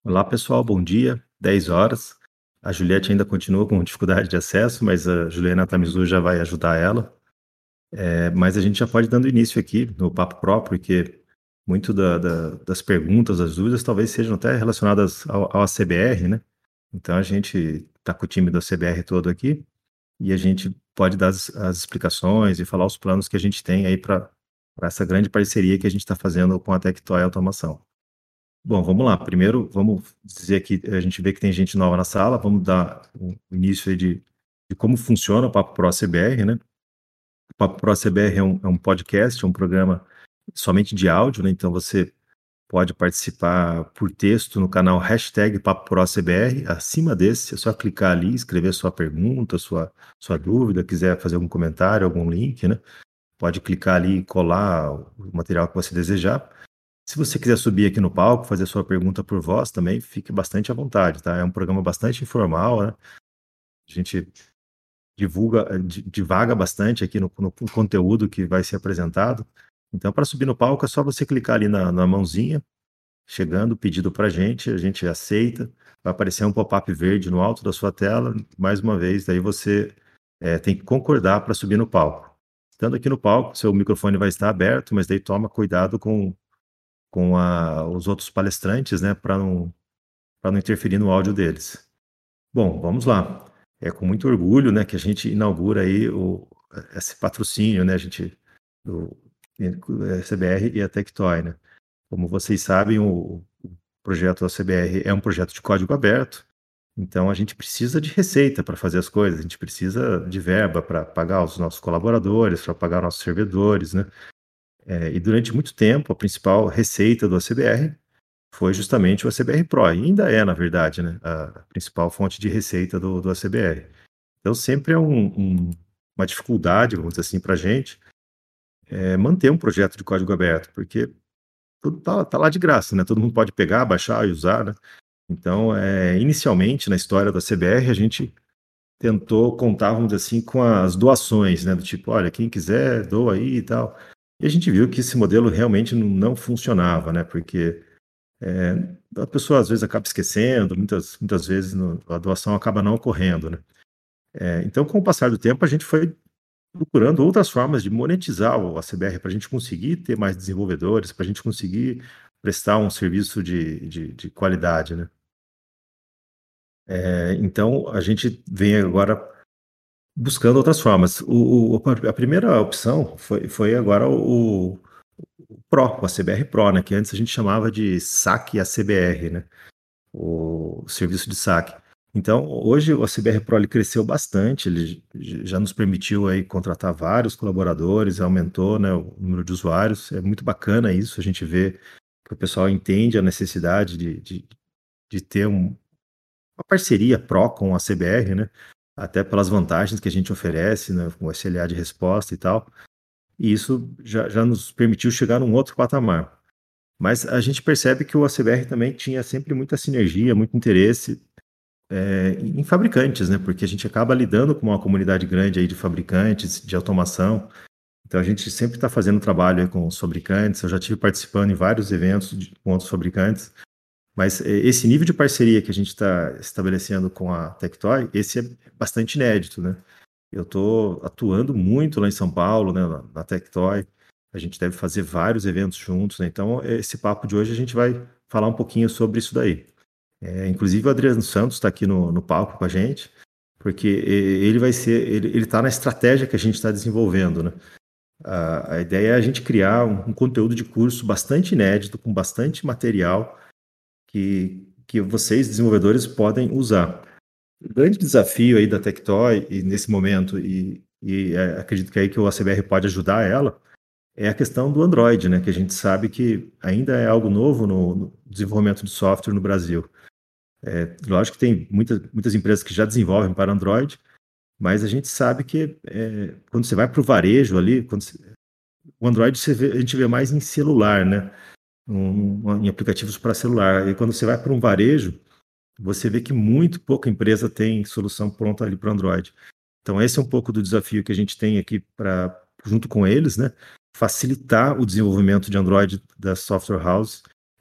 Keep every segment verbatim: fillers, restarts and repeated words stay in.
Olá, pessoal, bom dia. dez horas. A Juliette ainda continua com dificuldade de acesso, mas a Juliana Tamizu já vai ajudar ela. Eh, mas a gente já pode ir dando início aqui no papo próprio, porque muito da da das perguntas, das dúvidas, talvez sejam até relacionadas ao ao A C B R, né. Então a gente está com o time do A C B R todo aqui, e a gente pode dar as as explicações e falar os planos que a gente tem aí para pra essa grande parceria que a gente está fazendo com a Tectoy Automação. Bom, vamos lá. Primeiro, vamos dizer que a gente vê que tem gente nova na sala, vamos dar o início aí de de como funciona o Papo Pro A C B R, né. O Papo Pro A C B R é um é um podcast, é um programa somente de áudio, né, então você pode participar por texto no canal hashtag Papo Pro A C B R. Acima desse, é só clicar ali, escrever sua pergunta, sua sua dúvida, quiser fazer algum comentário, algum link, né, pode clicar ali e colar o material que você desejar. Se você quiser subir aqui no palco, fazer sua pergunta por voz também, fique bastante à vontade, tá? É um programa bastante informal, né? A gente divulga, eh, di divaga bastante aqui no no conteúdo que vai ser apresentado. Então, para subir no palco, é só você clicar ali na na mãozinha, chegando, pedido pra gente, a gente aceita, vai aparecer um pop-up verde no alto da sua tela, mais uma vez, daí você, eh, tem que concordar para subir no palco. Estando aqui no palco, seu microfone vai estar aberto, mas daí toma cuidado com com a os outros palestrantes, né, para não para não interferir no áudio deles. Bom, vamos lá. É com muito orgulho, né, que a gente inaugura aí o esse patrocínio, né, a gente do eh, C B R e a Tectoy, né. Como vocês sabem, o o projeto da C B R é um projeto de código aberto, então a gente precisa de receita para fazer as coisas, a gente precisa de verba para pagar os nossos colaboradores, para pagar nossos servidores, né. Eh, e durante muito tempo, a principal receita do A C B R foi justamente o A C B R Pro, e ainda é, na verdade, né, a principal fonte de receita do do A C B R. Então sempre é um um uma dificuldade, vamos dizer assim, para a gente, eh, manter um projeto de código aberto, porque tudo tá tá lá de graça, né, todo mundo pode pegar, baixar e usar, né. Então, eh, inicialmente, na história do A C B R, a gente tentou contar, vamos dizer assim, com as doações, né, do tipo: "Olha, quem quiser, doa aí e tal". E a gente viu que esse modelo realmente não não funcionava, né, porque eh, a pessoa às vezes acaba esquecendo, muitas muitas vezes no a doação acaba não ocorrendo, né. Eh, então com o passar do tempo a gente foi procurando outras formas de monetizar o A C B R para a gente conseguir ter mais desenvolvedores, para a gente conseguir prestar um serviço de de de qualidade, né. Eh, então a gente vem agora buscando outras formas. O o a primeira opção foi foi agora o o Pro, o A C B R Pro, né, que antes a gente chamava de Saque A C B R, né. O serviço de saque. Então, hoje o A C B R Pro ele cresceu bastante, ele j já nos permitiu aí contratar vários colaboradores, aumentou, né, o número de usuários, é muito bacana isso, a gente vê que o pessoal entende a necessidade de de de ter um uma parceria Pro com o A C B R, né, até pelas vantagens que a gente oferece, né, com o S L A de resposta e tal, e isso já já nos permitiu chegar num outro patamar. Mas a gente percebe que o A C B R também tinha sempre muita sinergia, muito interesse, eh, em fabricantes, né, porque a gente acaba lidando com uma comunidade grande aí de fabricantes, de automação, então a gente sempre está fazendo trabalho aí com os fabricantes, eu já tive participando em vários eventos de com outros fabricantes, mas e esse nível de parceria que a gente está estabelecendo com a Tectoy, esse é bastante inédito, né. Eu estou atuando muito lá em São Paulo, né, na na Tectoy, a gente deve fazer vários eventos juntos, né, então esse papo de hoje a gente vai falar um pouquinho sobre isso daí. Eh, inclusive o Adriano Santos está aqui no no palco com a gente, porque e ele vai ser ele ele tá na estratégia que a gente está desenvolvendo, né. A a ideia é a gente criar um um conteúdo de curso bastante inédito, com bastante material que que vocês desenvolvedores podem usar. O grande desafio aí da Tectoy e nesse momento e e, eh, acredito que é aí que o A C B R pode ajudar ela, é a questão do Android, né, que a gente sabe que ainda é algo novo no no desenvolvimento de software no Brasil. Eh, lógico que tem muita muitas empresas que já desenvolvem para Android, mas a gente sabe que, eh, quando você vai para o varejo ali, quando você o Android você vê a gente vê mais em celular, né, um um em aplicativos para celular. E quando você vai para um varejo, você vê que muito pouca empresa tem solução pronta ali para o Android. Então esse é um pouco do desafio que a gente tem aqui para junto com eles, né, facilitar o desenvolvimento de Android das software houses.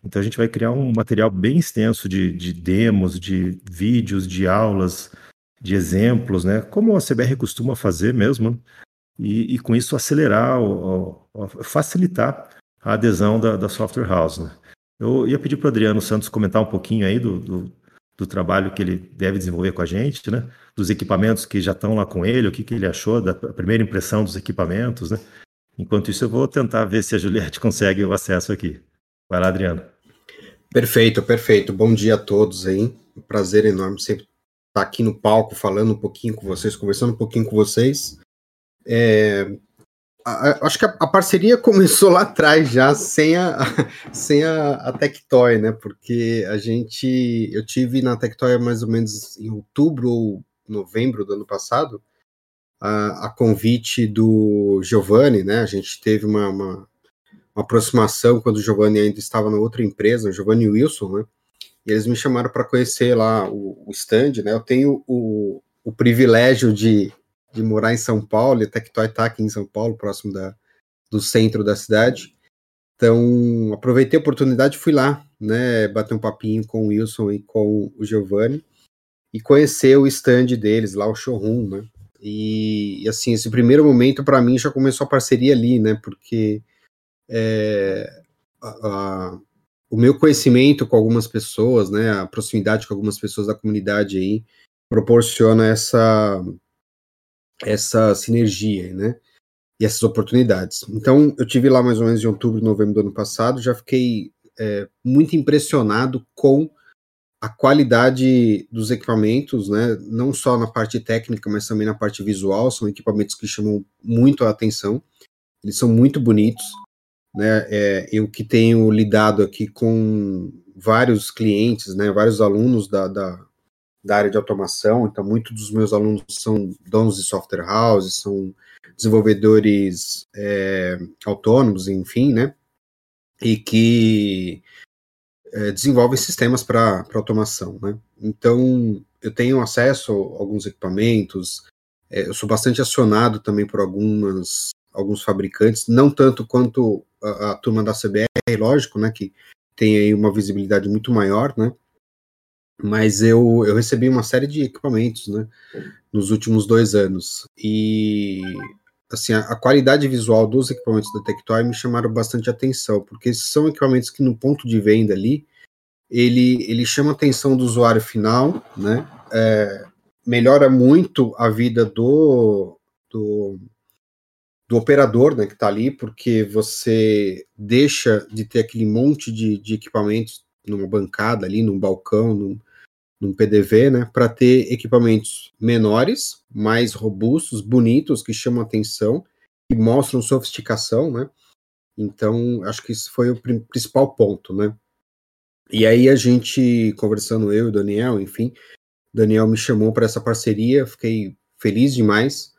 Então a gente vai criar um material bem extenso de, de demos, de vídeos, de aulas, de exemplos, né? Como a C B R costuma fazer mesmo, e, e com isso acelerar, ou, ou facilitar a adesão da, da Software House, né? Eu ia pedir para o Adriano Santos comentar um pouquinho aí do, do, do trabalho que ele deve desenvolver com a gente, né? Dos equipamentos que já estão lá com ele, o que, que ele achou da primeira impressão dos equipamentos, né? Enquanto isso, eu vou tentar ver se a Juliette consegue o acesso aqui. Vai lá, Adriano. Perfeito, perfeito. Bom dia a todos aí. Um prazer enorme sempre estar aqui no palco falando um pouquinho com vocês, conversando um pouquinho com vocês. É, a, a, acho que a, a parceria começou lá atrás já, sem a, sem a, a Tectoy, né? Porque a gente, eu tive na Tectoy mais ou menos em outubro ou novembro do ano passado, a, a convite do Giovanni, né? A gente teve uma, uma, uma aproximação quando o Giovanni ainda estava na outra empresa, o Giovanni Wilson, né? E eles me chamaram para conhecer lá o, o stand, né? Eu tenho o, o privilégio de, de morar em São Paulo, e a Tectoy está aqui em São Paulo, próximo da, do centro da cidade. Então, aproveitei a oportunidade e fui lá, né? Bater um papinho com o Wilson e com o Giovanni e conhecer o stand deles, lá o showroom, né? E, e assim, esse primeiro momento para mim já começou a parceria ali, né? Porque é, a, a, o meu conhecimento com algumas pessoas, né? A proximidade com algumas pessoas da comunidade aí proporciona essa essa sinergia, né? E essas oportunidades. Então, eu tive lá mais ou menos em outubro, novembro do ano passado, já fiquei é, muito impressionado com a qualidade dos equipamentos, né, não só na parte técnica, mas também na parte visual. São equipamentos que chamam muito a atenção, eles são muito bonitos, né, é, eu que tenho lidado aqui com vários clientes, né, vários alunos da, da, da área de automação, então muitos dos meus alunos são donos de software houses, são desenvolvedores é, autônomos, enfim, né, e que É, desenvolvem sistemas para automação, né? Então, eu tenho acesso a alguns equipamentos, é, eu sou bastante acionado também por algumas, alguns fabricantes, não tanto quanto a, a turma da C B R, lógico, né, que tem aí uma visibilidade muito maior, né? Mas eu, eu recebi uma série de equipamentos, né, nos últimos dois anos, e assim, a, a qualidade visual dos equipamentos da Tectoy me chamaram bastante atenção, porque são equipamentos que no ponto de venda ali, ele, ele chama a atenção do usuário final, né, é, melhora muito a vida do, do, do operador, né, que está ali, porque você deixa de ter aquele monte de, de equipamentos numa bancada ali, num balcão, num, num P D V, né, para ter equipamentos menores, mais robustos, bonitos, que chamam atenção e mostram sofisticação, né. Então, acho que isso foi o principal ponto, né. E aí a gente, conversando eu e o Daniel, enfim, Daniel me chamou para essa parceria, fiquei feliz demais,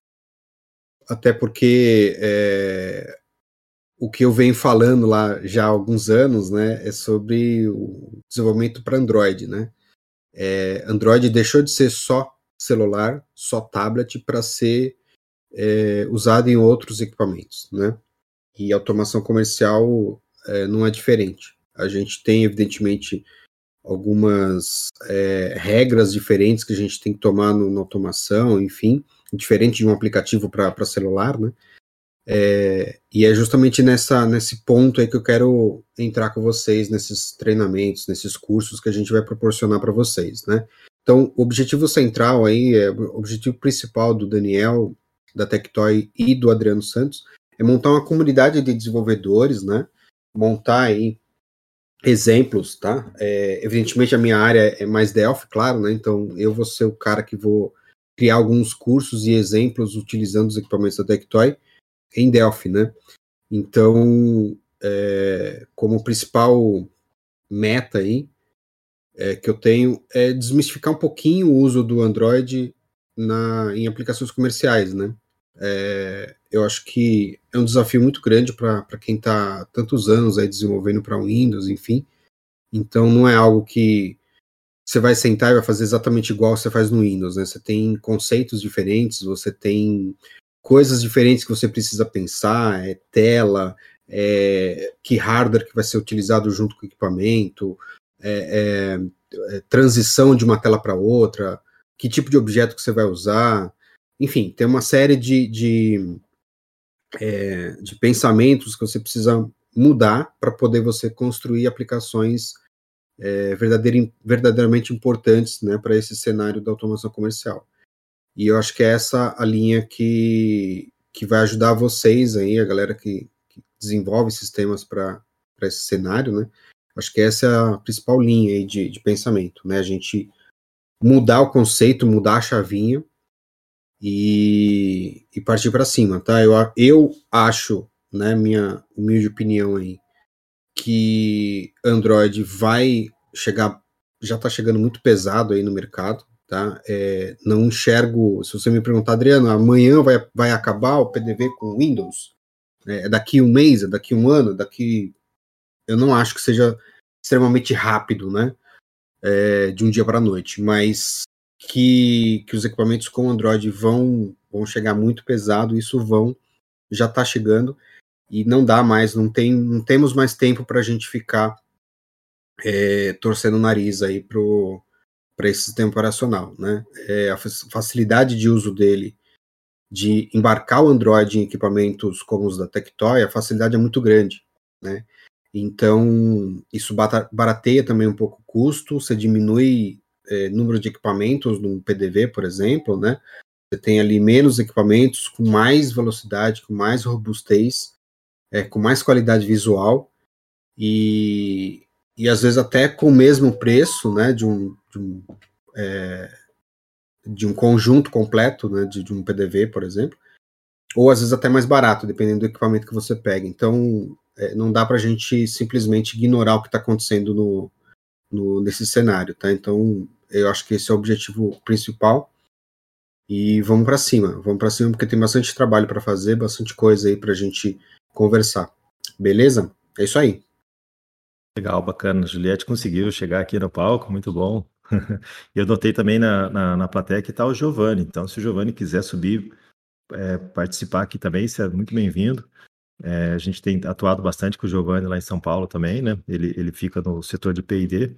até porque é, o que eu venho falando lá já há alguns anos, né, é sobre o desenvolvimento para Android, né. É, Android deixou de ser só celular, só tablet, para ser é, usado em outros equipamentos, né. E automação comercial é, não é diferente. A gente tem, evidentemente, algumas é, regras diferentes que a gente tem que tomar no, na automação, enfim, diferente de um aplicativo para celular, né? É, e é justamente nessa, nesse ponto aí que eu quero entrar com vocês, nesses treinamentos, nesses cursos que a gente vai proporcionar para vocês, né? Então, o objetivo central aí, é, o objetivo principal do Daniel, da Tectoy e do Adriano Santos, é montar uma comunidade de desenvolvedores, né? Montar aí exemplos, tá? É, evidentemente a minha área é mais Delphi, claro, né? Então eu vou ser o cara que vou criar alguns cursos e exemplos utilizando os equipamentos da Tectoy em Delphi, né? Então, é, como principal meta aí é, que eu tenho é desmistificar um pouquinho o uso do Android na, em aplicações comerciais, né? É, eu acho que é um desafio muito grande para quem está tantos anos aí desenvolvendo para Windows, enfim. Então não é algo que você vai sentar e vai fazer exatamente igual você faz no Windows, né? Você tem conceitos diferentes, você tem coisas diferentes que você precisa pensar, é tela, é, que hardware que vai ser utilizado junto com o equipamento, é, é, é, transição de uma tela para outra, que tipo de objeto que você vai usar, enfim, tem uma série de, de, é, de pensamentos que você precisa mudar para poder você construir aplicações é, verdadeir, verdadeiramente importantes, né, para esse cenário da automação comercial. E eu acho que é essa a linha que, que vai ajudar vocês aí, a galera que, que desenvolve sistemas para esse cenário, né? Acho que essa é a principal linha aí de, de pensamento, né? A gente mudar o conceito, mudar a chavinha e, e partir para cima, tá? Eu, eu acho, né, minha humilde opinião aí, que Android vai chegar, já está chegando muito pesado aí no mercado, tá? É, não enxergo, se você me perguntar, Adriano, amanhã vai, vai acabar o P D V com Windows? É daqui um mês, é daqui um ano, daqui... Eu não acho que seja extremamente rápido, né? É, de um dia para a noite, mas que, que os equipamentos com Android vão, vão chegar muito pesado, isso vão, já está chegando, e não dá mais, não, tem, não temos mais tempo para a gente ficar é, torcendo o nariz aí para esse sistema operacional, né? É, a facilidade de uso dele, de embarcar o Android em equipamentos como os da Tectoy, a facilidade é muito grande, né? Então, isso barateia também um pouco o custo, você diminui é, número de equipamentos no P D V, por exemplo, né? Você tem ali menos equipamentos, com mais velocidade, com mais robustez, é, com mais qualidade visual, e, e às vezes até com o mesmo preço, né, de um, de um, é, de um conjunto completo, né, de, de um P D V, por exemplo, ou às vezes até mais barato, dependendo do equipamento que você pega. Então, é, não dá para a gente simplesmente ignorar o que está acontecendo no, no, nesse cenário, tá? Então, eu acho que esse é o objetivo principal. E vamos para cima, vamos para cima, porque tem bastante trabalho para fazer, bastante coisa aí para a gente conversar. Beleza? É isso aí. Legal, bacana. Juliette conseguiu chegar aqui no palco, muito bom. E eu notei também na, na, na plateia que está o Giovanni. Então, se o Giovanni quiser subir, é, participar aqui também, você é muito bem-vindo. É, a gente tem atuado bastante com o Giovanni lá em São Paulo também, né? Ele, ele fica no setor de P e D,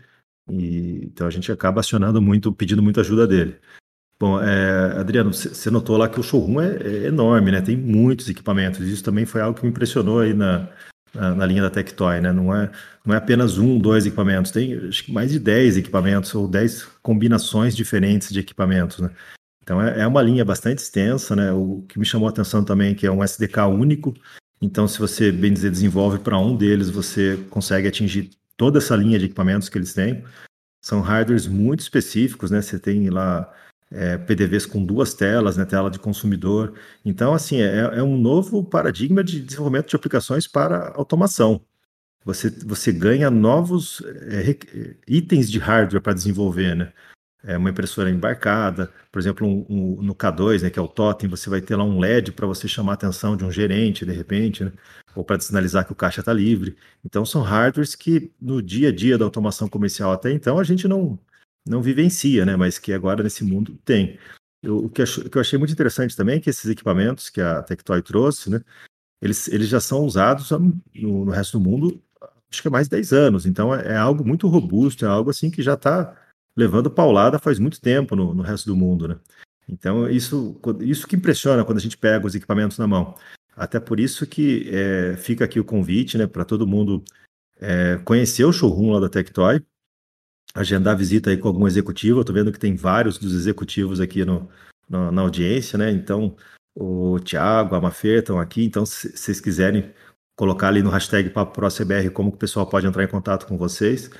e então a gente acaba acionando muito, pedindo muita ajuda dele. Bom, é, Adriano, você notou lá que o showroom é, é enorme, né? Tem muitos equipamentos. Isso também foi algo que me impressionou aí na, na, na linha da Tectoy, né? Não é, não é apenas um, dois equipamentos. Tem acho que mais de dez equipamentos ou dez combinações diferentes de equipamentos, né? Então é, é uma linha bastante extensa, né? O que me chamou a atenção também é que é um S D K único. Então, se você, bem dizer, desenvolve para um deles, você consegue atingir toda essa linha de equipamentos que eles têm. São hardwares muito específicos, né? Você tem lá é, P D Vs com duas telas, né? Tela de consumidor. Então, assim, é, é um novo paradigma de desenvolvimento de aplicações para automação. Você, você ganha novos é, itens de hardware para desenvolver, né? É uma impressora embarcada, por exemplo, um, um, no K dois, né, que é o Totem, você vai ter lá um L E D para você chamar a atenção de um gerente, de repente, né, ou para sinalizar que o caixa está livre. Então, são hardwares que no dia a dia da automação comercial até então a gente não, não vivencia, né, mas que agora nesse mundo tem. Eu, o, que acho, o que eu achei muito interessante também é que esses equipamentos que a Tectoy trouxe, né, eles, eles já são usados no, no resto do mundo, acho que há mais de dez anos. Então, é, é algo muito robusto, é algo assim que já está levando paulada faz muito tempo no, no resto do mundo, né? Então, isso, isso que impressiona quando a gente pega os equipamentos na mão. Até por isso que é, fica aqui o convite, né, para todo mundo é, conhecer o showroom lá da Tectoy, agendar visita aí com algum executivo. Eu estou vendo que tem vários dos executivos aqui no, no, na audiência, né? Então, o Thiago, a Mafê estão aqui. Então, se vocês quiserem colocar ali no hashtag Papo Pro C B R como que o pessoal pode entrar em contato com vocês,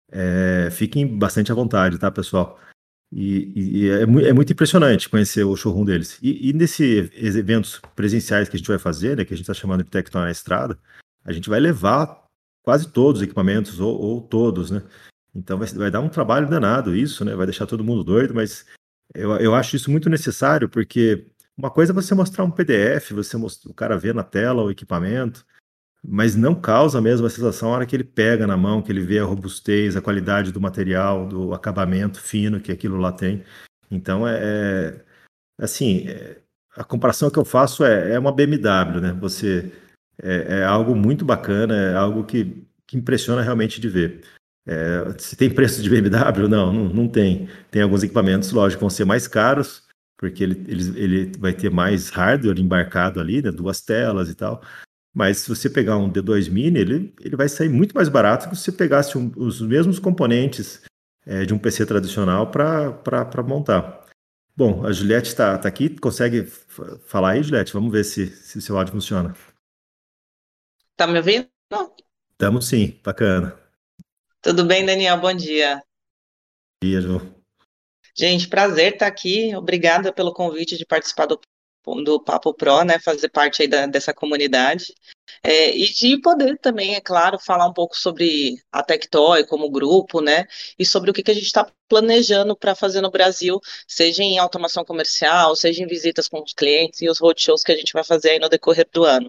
é, fiquem bastante à vontade, tá, pessoal? E, e é, mu é, muito impressionante conhecer o showroom deles. E, e nesses eventos presenciais que a gente vai fazer, né, que a gente está chamando de Tectoy na Estrada, a gente vai levar quase todos os equipamentos, ou, ou todos, né? Então vai, vai dar um trabalho danado isso, né? Vai deixar todo mundo doido, mas eu, eu acho isso muito necessário, porque uma coisa é você mostrar um P D F, você mostra, o cara vê na tela o equipamento, mas não causa a mesma sensação na hora que ele pega na mão, que ele vê a robustez, a qualidade do material, do acabamento fino que aquilo lá tem. Então, é, é assim, é, a comparação que eu faço é, é uma B M W, né? Você é, é algo muito bacana, é algo que, que impressiona realmente de ver. É, se tem preço de B M W? Não, não, não tem. Tem alguns equipamentos, lógico, vão ser mais caros, porque ele, ele, ele vai ter mais hardware embarcado ali, né, duas telas e tal. Mas se você pegar um D dois Mini, ele, ele vai sair muito mais barato que se você pegasse um- os mesmos componentes é, de um P C tradicional para montar. Bom, a Juliette está tá aqui, consegue f- falar aí, Juliette? Vamos ver se, se o seu áudio funciona. Tá me ouvindo? Estamos sim, bacana. Tudo bem, Daniel? Bom dia. Bom dia, Ju. Gente, prazer estar aqui. Obrigada pelo convite de participar do, do Papo Pro, né? Fazer parte aí da- dessa comunidade. É, e de poder também, é claro, falar um pouco sobre a Tectoy como grupo, né? E sobre o que que a gente está planejando para fazer no Brasil, seja em automação comercial, seja em visitas com os clientes e os roadshows que a gente vai fazer aí no decorrer do ano.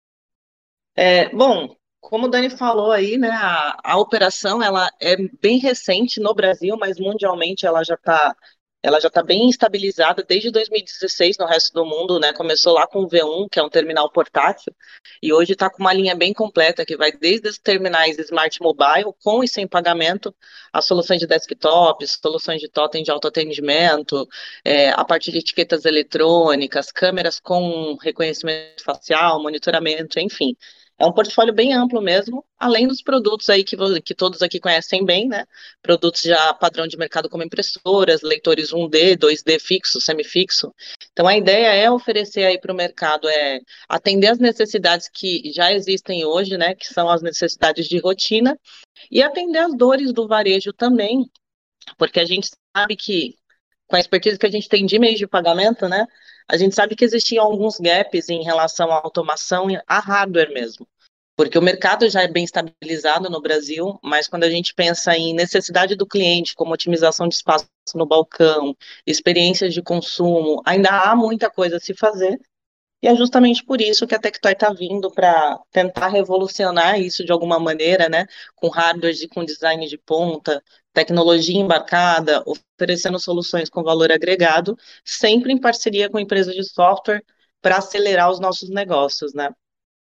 É, bom, como o Dani falou aí, né, a, a operação ela é bem recente no Brasil, mas mundialmente ela já está ela já está bem estabilizada desde dois mil e dezesseis no resto do mundo, né? Começou lá com o V um, que é um terminal portátil, e hoje está com uma linha bem completa que vai desde os terminais Smart Mobile, com e sem pagamento, as soluções de desktop, soluções de totem de autoatendimento, é, a partir de etiquetas eletrônicas, câmeras com reconhecimento facial, monitoramento, enfim. É um portfólio bem amplo mesmo, além dos produtos aí que, vo- que todos aqui conhecem bem, né? Produtos já padrão de mercado como impressoras, leitores um D, dois D fixo, semifixo. Então a ideia é oferecer aí para o mercado, é atender as necessidades que já existem hoje, né? Que são as necessidades de rotina, e atender as dores do varejo também, porque a gente sabe que com a expertise que a gente tem de meios de pagamento, né? A gente sabe que existiam alguns gaps em relação à automação e a hardware mesmo. Porque o mercado já é bem estabilizado no Brasil, mas quando a gente pensa em necessidade do cliente, como otimização de espaço no balcão, experiências de consumo, ainda há muita coisa a se fazer. E é justamente por isso que a Tectoy está vindo para tentar revolucionar isso de alguma maneira, né? Com hardware e com design de ponta, tecnologia embarcada, oferecendo soluções com valor agregado, sempre em parceria com empresas de software para acelerar os nossos negócios, né?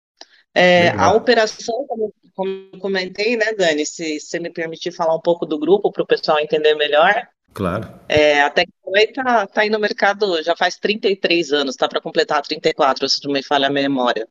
É, a Legal. operação, como, como eu comentei, né, Dani, se você me permitir falar um pouco do grupo para o pessoal entender melhor, Claro. é, a Tectoy está tá aí no mercado já faz trinta e três anos, está para completar trinta e quatro, se não me falha a memória.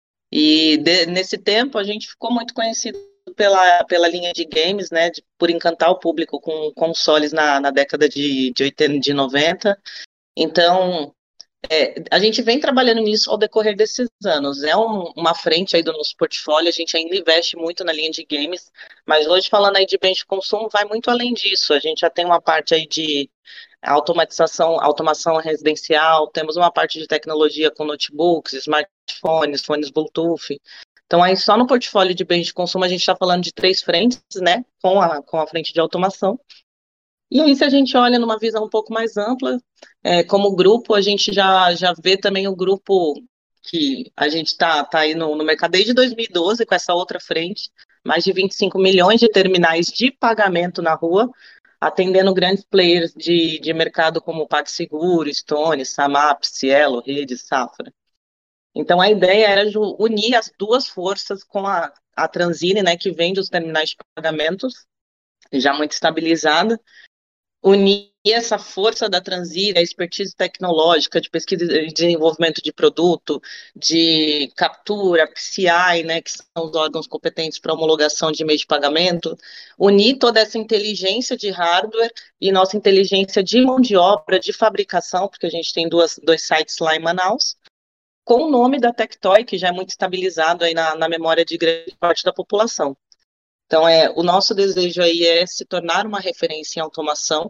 E de- nesse tempo a gente ficou muito conhecido pela, pela linha de games, né, de- por encantar o público com consoles na, na década de, de oitenta, de noventa. Então, é, a gente vem trabalhando nisso ao decorrer desses anos. É um- uma frente aí do nosso portfólio, a gente ainda investe muito na linha de games, mas hoje falando aí de bens de consumo, vai muito além disso. A gente já tem uma parte aí de automatização, automação residencial, temos uma parte de tecnologia com notebooks, smartphones, fones Bluetooth. Então aí só no portfólio de bens de consumo a gente está falando de três frentes, né, com a, com a frente de automação. E aí, se a gente olha numa visão um pouco mais ampla, é, como grupo, a gente já, já vê também o grupo que a gente está tá aí no, no mercado desde dois mil e doze, com essa outra frente, mais de vinte e cinco milhões de terminais de pagamento na rua, atendendo grandes players de, de mercado como PagSeguro, Stone, Samap, Cielo, Rede, Safra. Então, a ideia era ju- unir as duas forças com a, a Transine, né, que vende os terminais de pagamentos, já muito estabilizada, unir essa força da Transir, a expertise tecnológica de pesquisa e desenvolvimento de produto, de captura, P C I, né, que são os órgãos competentes para homologação de meio de pagamento, unir toda essa inteligência de hardware e nossa inteligência de mão de obra, de fabricação, porque a gente tem duas, dois sites lá em Manaus, com o nome da Tectoy, que já é muito estabilizado aí na, na memória de grande parte da população. Então, é, o nosso desejo aí é se tornar uma referência em automação.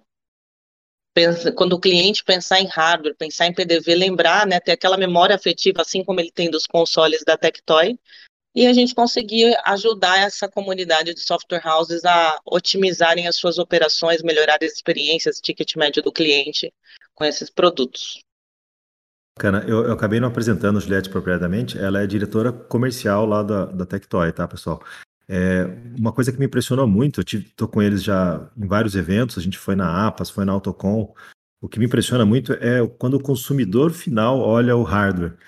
Pensa, quando o cliente pensar em hardware, pensar em P D V, lembrar, né, ter aquela memória afetiva, assim como ele tem dos consoles da Tectoy, e a gente conseguir ajudar essa comunidade de software houses a otimizarem as suas operações, melhorar as experiências, ticket médio do cliente com esses produtos. Bacana. Eu, eu acabei não apresentando a Juliette propriamente, ela é diretora comercial lá da, da Tectoy, tá, pessoal? É, uma coisa que me impressionou muito, eu tive, tô com eles já em vários eventos, a gente foi na APAS, foi na Autocom, o que me impressiona muito é quando o consumidor final olha o hardware.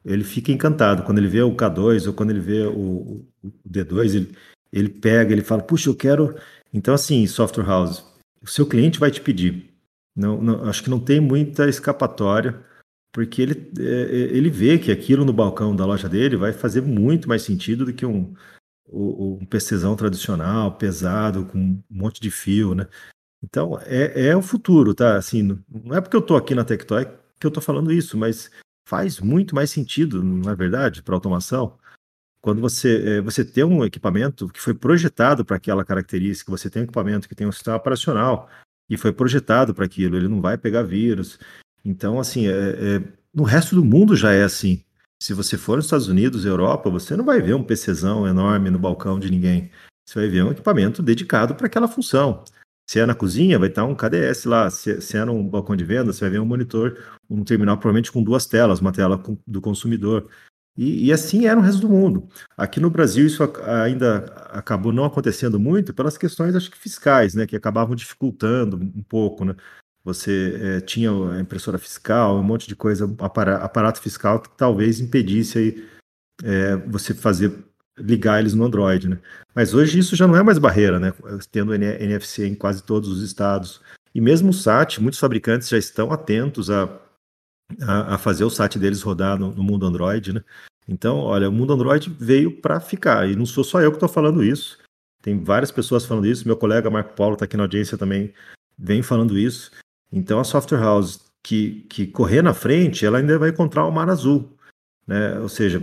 ele fica encantado. Quando ele vê o K dois ou quando ele vê o, o D dois, ele, ele pega, ele fala, puxa, eu quero... Então, assim, software house, o seu cliente vai te pedir. Não, não, acho que não tem muita escapatória, porque ele, é, ele vê que aquilo no balcão da loja dele vai fazer muito mais sentido do que um, um, um PCzão tradicional, pesado, com um monte de fio, né? Então, é, é o futuro, tá? Assim, não é porque eu tô aqui na Tectoy que eu tô falando isso, mas faz muito mais sentido, não é verdade, para automação? Quando você, é, você tem um equipamento que foi projetado para aquela característica, você tem um equipamento que tem um sistema operacional e foi projetado para aquilo, ele não vai pegar vírus. Então, assim, é, é, no resto do mundo já é assim. Se você for nos Estados Unidos, Europa, você não vai ver um PCzão enorme no balcão de ninguém. Você vai ver um equipamento dedicado para aquela função. Se é na cozinha, vai estar um K D S lá. Se, se é num balcão de venda, você vai ver um monitor, um terminal provavelmente com duas telas, uma tela com- do consumidor. E, e assim era o resto do mundo. Aqui no Brasil isso ac- ainda acabou não acontecendo muito pelas questões, acho que fiscais, né, que acabavam dificultando um pouco, né? Você eh, tinha a impressora fiscal, um monte de coisa, um apara- aparato fiscal que talvez impedisse aí, eh, você fazer ligar eles no Android, né? Mas hoje isso já não é mais barreira, né? Tendo N- NFC em quase todos os estados. E mesmo o SAT, muitos fabricantes já estão atentos a a, a fazer o site deles rodar no, no mundo Android, né? Então, olha, o mundo Android veio para ficar, e não sou só eu que estou falando isso, tem várias pessoas falando isso, meu colega Marco Paulo está aqui na audiência também, vem falando isso. Então, a software house que, que correr na frente, ela ainda vai encontrar o mar azul, né? Ou seja,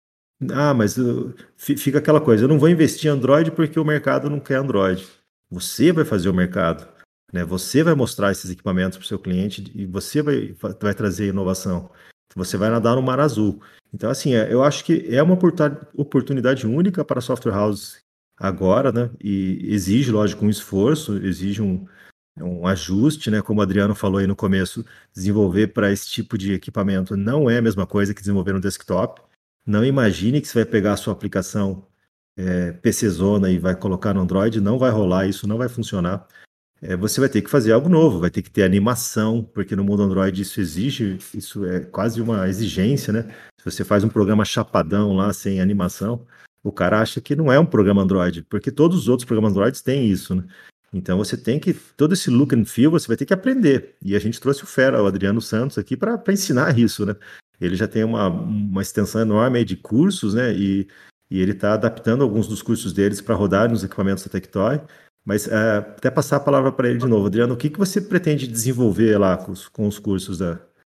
ah, mas uh, fi- fica aquela coisa, eu não vou investir em Android porque o mercado não quer Android. Você vai fazer o mercado, né? Você vai mostrar esses equipamentos para o seu cliente e você vai, fa- vai trazer inovação. Você vai nadar no mar azul. Então, assim, é- eu acho que é uma oportun- oportunidade única para a software house agora, né? E exige, lógico, um esforço, exige um, um ajuste, né? Como o Adriano falou aí no começo, desenvolver para esse tipo de equipamento não é a mesma coisa que desenvolver no desktop. Não imagine que você vai pegar a sua aplicação é, PCzona e vai colocar no Android, não vai rolar, isso não vai funcionar. É, você vai ter que fazer algo novo, vai ter que ter animação, porque no mundo Android isso exige, isso é quase uma exigência, né? Se você faz um programa chapadão lá sem animação, o cara acha que não é um programa Android, porque todos os outros programas Android têm isso, né? Então você tem que, todo esse look and feel você vai ter que aprender. E a gente trouxe o Fera, o Adriano Santos, aqui para ensinar isso, né? Ele já tem uma, uma extensão enorme aí de cursos, né? E, e ele está adaptando alguns dos cursos deles para rodar nos equipamentos da Tectoy. Mas é, até passar a palavra para ele de novo. Adriano, o que, que você pretende desenvolver lá com os, com os cursos da...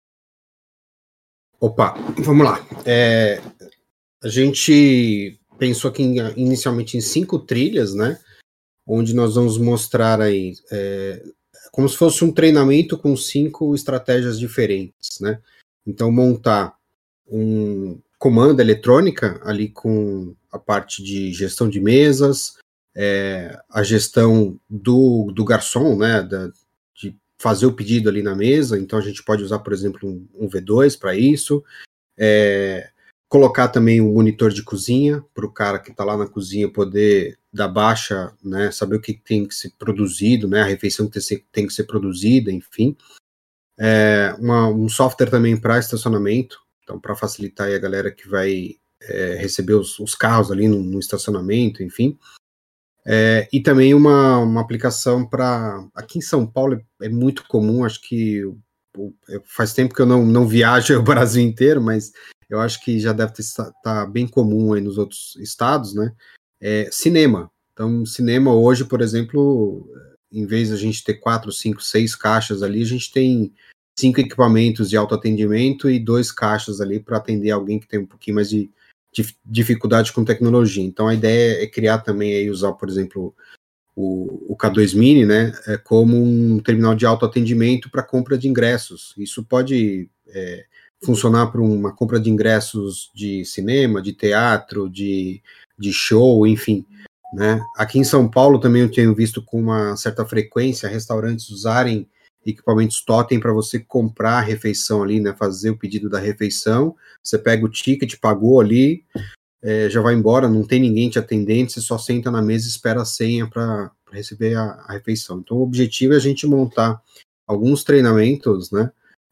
Opa, vamos lá. É, a gente pensou aqui em- inicialmente em cinco trilhas, né? Onde nós vamos mostrar aí é, como se fosse um treinamento com cinco estratégias diferentes, né? Então, montar um comando eletrônica ali com a parte de gestão de mesas, é, a gestão do, do garçom, né? Da, de fazer o pedido ali na mesa. Então, a gente pode usar, por exemplo, um, um V dois para isso. É, colocar também um monitor de cozinha para o cara que está lá na cozinha poder dar baixa, né, saber o que tem que ser produzido, né, a refeição que tem, tem que ser produzida, enfim. É, uma, um software também para estacionamento, então para facilitar aí a galera que vai é, receber os, os carros ali no, no estacionamento, enfim. É, e também uma, uma aplicação para... Aqui em São Paulo é, é muito comum, acho que o, faz tempo que eu não, não viajo o Brasil inteiro, mas eu acho que já deve estar tá bem comum aí nos outros estados, né? É, cinema. Então, cinema hoje, por exemplo, em vez de a gente ter quatro, cinco, seis caixas ali, a gente tem cinco equipamentos de autoatendimento e dois caixas ali para atender alguém que tem um pouquinho mais de dificuldade com tecnologia. Então a ideia é criar também aí, usar, por exemplo, o, o K dois Mini, né, é, como um terminal de autoatendimento para compra de ingressos. Isso pode é, funcionar para uma compra de ingressos de cinema, de teatro, de, de show, enfim. Né? Aqui em São Paulo também eu tenho visto com uma certa frequência restaurantes usarem equipamentos totem para você comprar a refeição ali, né, fazer o pedido da refeição, você pega o ticket, pagou ali, é, já vai embora, não tem ninguém te atendendo, você só senta na mesa e espera a senha para receber a, a refeição. Então o objetivo é a gente montar alguns treinamentos, né,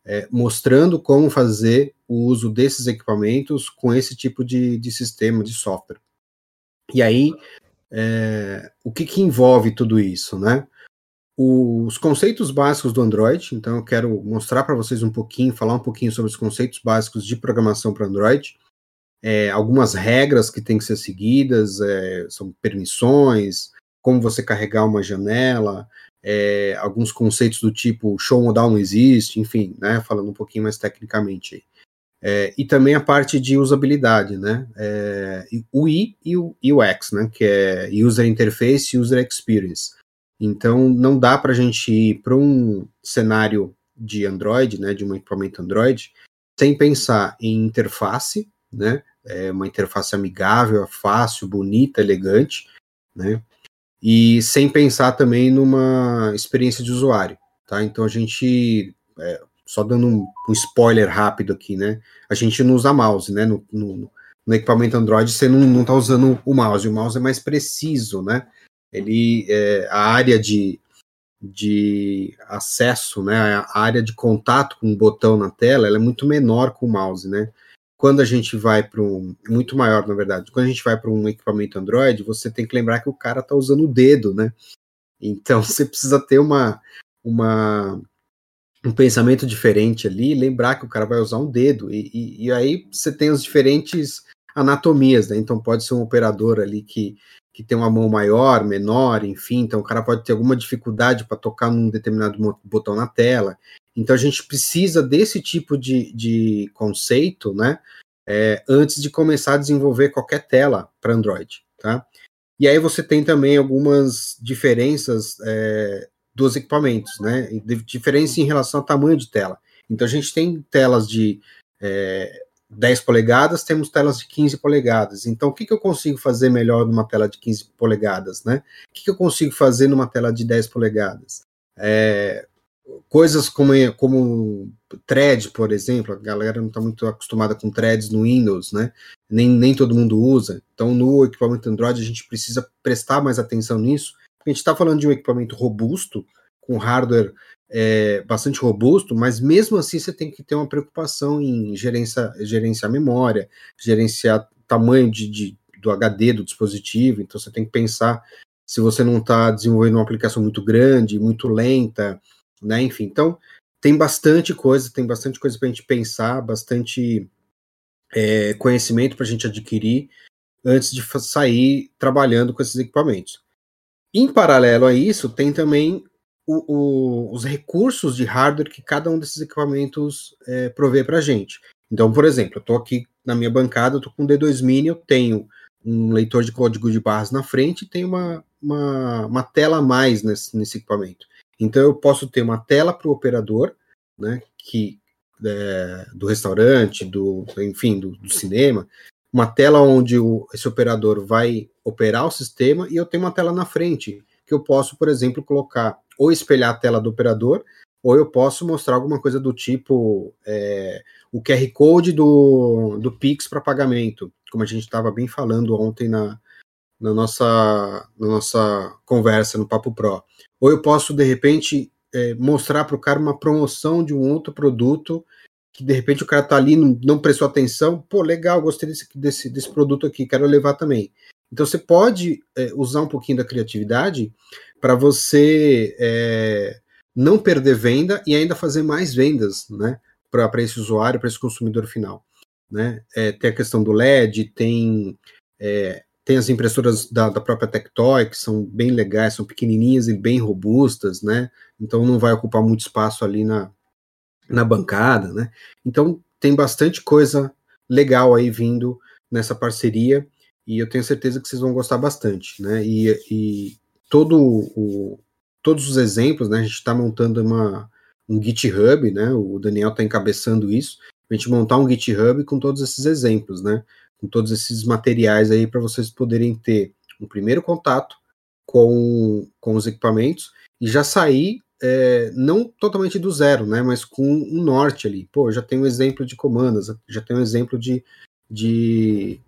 é, mostrando como fazer o uso desses equipamentos com esse tipo de, de sistema, de software. E aí, é, o que, que envolve tudo isso, né? Os conceitos básicos do Android, então eu quero mostrar para vocês um pouquinho, falar um pouquinho sobre os conceitos básicos de programação para Android, é, algumas regras que têm que ser seguidas, é, são permissões, como você carregar uma janela, é, alguns conceitos do tipo show modal não existe, enfim, né, falando um pouquinho mais tecnicamente aí. É, e também a parte de usabilidade, né, é, o I e o U X, né, que é User Interface e User Experience. Então, não dá para a gente ir para um cenário de Android, né, de um equipamento Android, sem pensar em interface, né, é uma interface amigável, fácil, bonita, elegante, né, e sem pensar também numa experiência de usuário, tá? Então, a gente, é, só dando um, um spoiler rápido aqui, né, a gente não usa mouse, né, no, no, no equipamento Android você não, não tá usando o mouse, o mouse é mais preciso, né, ele, é, a área de, de acesso, né, a área de contato com o botão na tela, ela é muito menor com o mouse, né, quando a gente vai para um, muito maior na verdade, quando a gente vai para um equipamento Android, você tem que lembrar que o cara tá usando o dedo, né, então você precisa ter uma, uma um pensamento diferente ali, lembrar que o cara vai usar um dedo, e, e, e aí você tem as diferentes anatomias, né, então pode ser um operador ali que que tem uma mão maior, menor, enfim, então o cara pode ter alguma dificuldade para tocar num determinado botão na tela. Então a gente precisa desse tipo de, de conceito, né, é, antes de começar a desenvolver qualquer tela para Android, tá? E aí você tem também algumas diferenças é, dos equipamentos, né, diferença em relação ao tamanho de tela. Então a gente tem telas de é, dez polegadas, temos telas de quinze polegadas. Então, o que, que eu consigo fazer melhor numa tela de quinze polegadas, né? O que, que eu consigo fazer numa tela de dez polegadas? É, coisas como, como thread, por exemplo, a galera não está muito acostumada com threads no Windows, né? Nem, nem todo mundo usa. Então, no equipamento Android, a gente precisa prestar mais atenção nisso, porque a gente está falando de um equipamento robusto, com hardware É, bastante robusto, mas mesmo assim você tem que ter uma preocupação em gerenciar, gerenciar memória, gerenciar tamanho de, de, do H D do dispositivo, então você tem que pensar se você não está desenvolvendo uma aplicação muito grande, muito lenta, né, enfim, então tem bastante coisa, tem bastante coisa para a gente pensar, bastante é, conhecimento para a gente adquirir antes de sair trabalhando com esses equipamentos. Em paralelo a isso, tem também O, o, os recursos de hardware que cada um desses equipamentos é, provê para a gente. Então, por exemplo, eu estou aqui na minha bancada, eu estou com o D dois Mini, eu tenho um leitor de código de barras na frente e tenho uma, uma, uma tela a mais nesse, nesse equipamento. Então, eu posso ter uma tela para o operador, né, que, é, do restaurante, do, enfim, do, do cinema, uma tela onde o, esse operador vai operar o sistema, e eu tenho uma tela na frente, que eu posso, por exemplo, colocar ou espelhar a tela do operador, ou eu posso mostrar alguma coisa do tipo é, o Q R Code do, do Pix para pagamento, como a gente estava bem falando ontem na, na, nossa, na nossa conversa no Papo Pro. Ou eu posso, de repente, é, mostrar para o cara uma promoção de um outro produto, que de repente o cara está ali, não, não prestou atenção, pô, legal, gostei desse, desse, desse produto aqui, quero levar também. Então você pode é, usar um pouquinho da criatividade para você é, não perder venda e ainda fazer mais vendas, né, para esse usuário, para esse consumidor final, né? É, tem a questão do L E D, tem, é, tem as impressoras da, da própria Tectoy, que são bem legais, são pequenininhas e bem robustas, né? Então não vai ocupar muito espaço ali na, na bancada, né? Então tem bastante coisa legal aí vindo nessa parceria, e eu tenho certeza que vocês vão gostar bastante, né? E, e todo o, todos os exemplos, né? A gente está montando uma, um GitHub, né? O Daniel está encabeçando isso, a gente montar um GitHub com todos esses exemplos, né? Com todos esses materiais aí para vocês poderem ter um primeiro contato com, com os equipamentos e já sair é, não totalmente do zero, né? Mas com um norte ali. Pô, já tem um exemplo de comandas, já tem um exemplo de, de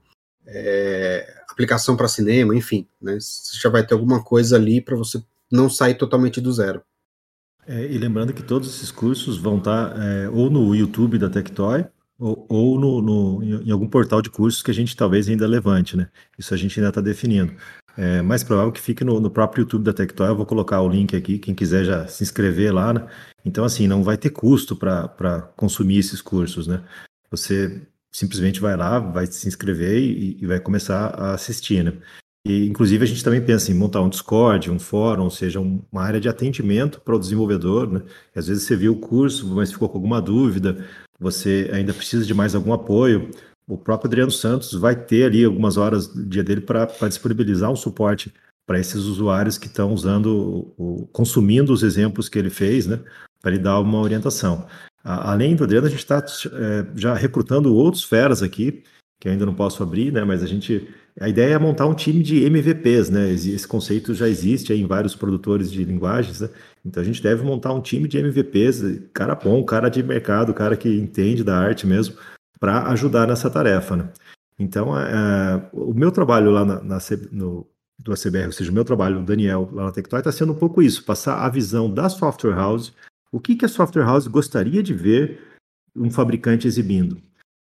É, aplicação para cinema, enfim, né? Você já vai ter alguma coisa ali para você não sair totalmente do zero. É, e lembrando que todos esses cursos vão estar é, ou no YouTube da Tectoy ou, ou no, no- em em algum portal de cursos que a gente talvez ainda levante, né? Isso a gente ainda está definindo. É mais provável que fique no, no próprio YouTube da Tectoy. Eu vou colocar o link aqui, quem quiser já se inscrever lá, né? Então, assim, não vai ter custo para para consumir esses cursos, né? Você simplesmente vai lá, vai se inscrever e, e vai começar a assistir, né? E, inclusive, a gente também pensa em montar um Discord, um fórum, ou seja, um- uma área de atendimento para o desenvolvedor, né? E às vezes você viu o curso, mas ficou com alguma dúvida, você ainda precisa de mais algum apoio. O próprio Adriano Santos vai ter ali algumas horas do dia dele para disponibilizar um suporte para esses usuários que estão usando, o, o- consumindo os exemplos que ele fez, né? Para ele dar uma orientação. A- além do Adriano, a gente está já recrutando outros feras aqui, que eu ainda não posso abrir, né? Mas a gente a ideia é montar um time de M V Ps, né? Esse esse conceito já existe aí em vários produtores de linguagens, né? Então a gente deve montar um time de M V Ps, cara bom, cara de mercado, cara que entende da arte mesmo, para ajudar nessa tarefa, né? Então, é, o meu trabalho lá na, na C- no, do A C B R, ou seja, o meu trabalho, o Daniel, lá na Tectoy, está sendo um pouco isso, passar a visão da software house, o que, que a software house gostaria de ver um fabricante exibindo.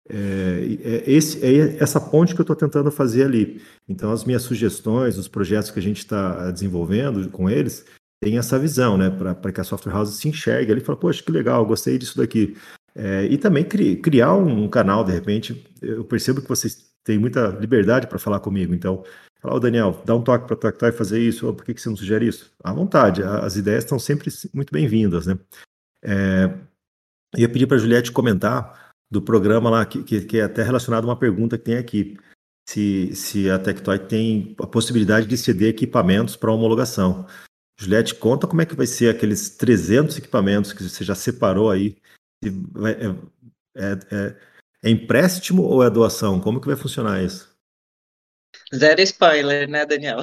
É, é, esse, é essa ponte que eu estou tentando fazer ali. Então, as minhas sugestões, os projetos que a gente está desenvolvendo com eles, tem essa visão, né, para que a software house se enxergue ali e fale, poxa, que legal, gostei disso daqui. É, e também cri, criar um canal, de repente, eu percebo que vocês têm muita liberdade para falar comigo, então, falar, ô Daniel, dá um toque para a Tactai fazer isso, ou por que, que você não sugere isso? À vontade, as ideias estão sempre muito bem-vindas, né? É, eu ia pedir para a Juliette comentar do programa lá, que, que, que é até relacionado a uma pergunta que tem aqui. Se, se a Tectoy tem a possibilidade de ceder equipamentos para homologação. Juliette, conta como é que vai ser aqueles trezentos equipamentos que você já separou aí. Se vai- É, é- é- é empréstimo ou é doação? Como que vai funcionar isso? Zero spoiler, né, Daniel?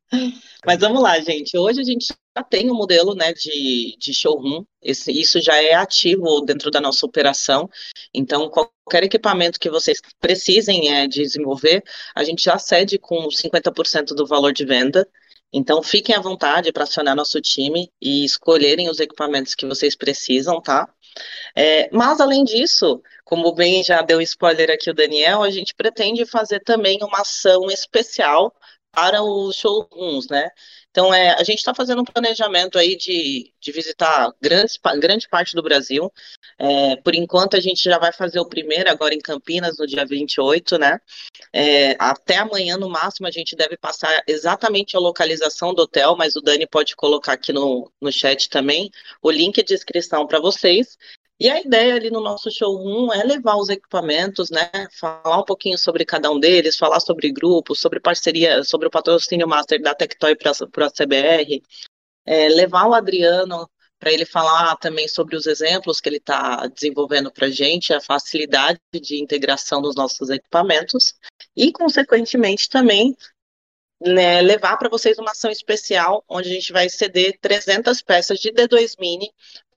Mas vamos lá, gente. Hoje a gente já tem um modelo, né, de, de showroom. Esse- isso já é ativo dentro da nossa operação. Então, qualquer equipamento que vocês precisem é, desenvolver, a gente já cede com cinquenta por cento do valor de venda. Então, fiquem à vontade para acionar nosso time e escolherem os equipamentos que vocês precisam, tá? É, mas, além disso, como bem já deu spoiler aqui o Daniel, a gente pretende fazer também uma ação especial para os showrooms, né? Então, é, a gente está fazendo um planejamento aí de, de visitar grandes, pa- grande parte do Brasil. É, por enquanto, a gente já vai fazer o primeiro agora em Campinas, no dia vinte e oito, né? É, até amanhã, no máximo, a gente deve passar exatamente a localização do hotel, mas o Dani pode colocar aqui no, no chat também o link de inscrição para vocês. E a ideia ali no nosso showroom é levar os equipamentos, né? Falar um pouquinho sobre cada um deles, falar sobre grupos, sobre parceria, sobre o patrocínio master da Tectoy para a C B R, é, levar o Adriano para ele falar também sobre os exemplos que ele está desenvolvendo para a gente, a facilidade de integração dos nossos equipamentos e, consequentemente, também né, levar para vocês uma ação especial onde a gente vai ceder trezentas peças de D dois Mini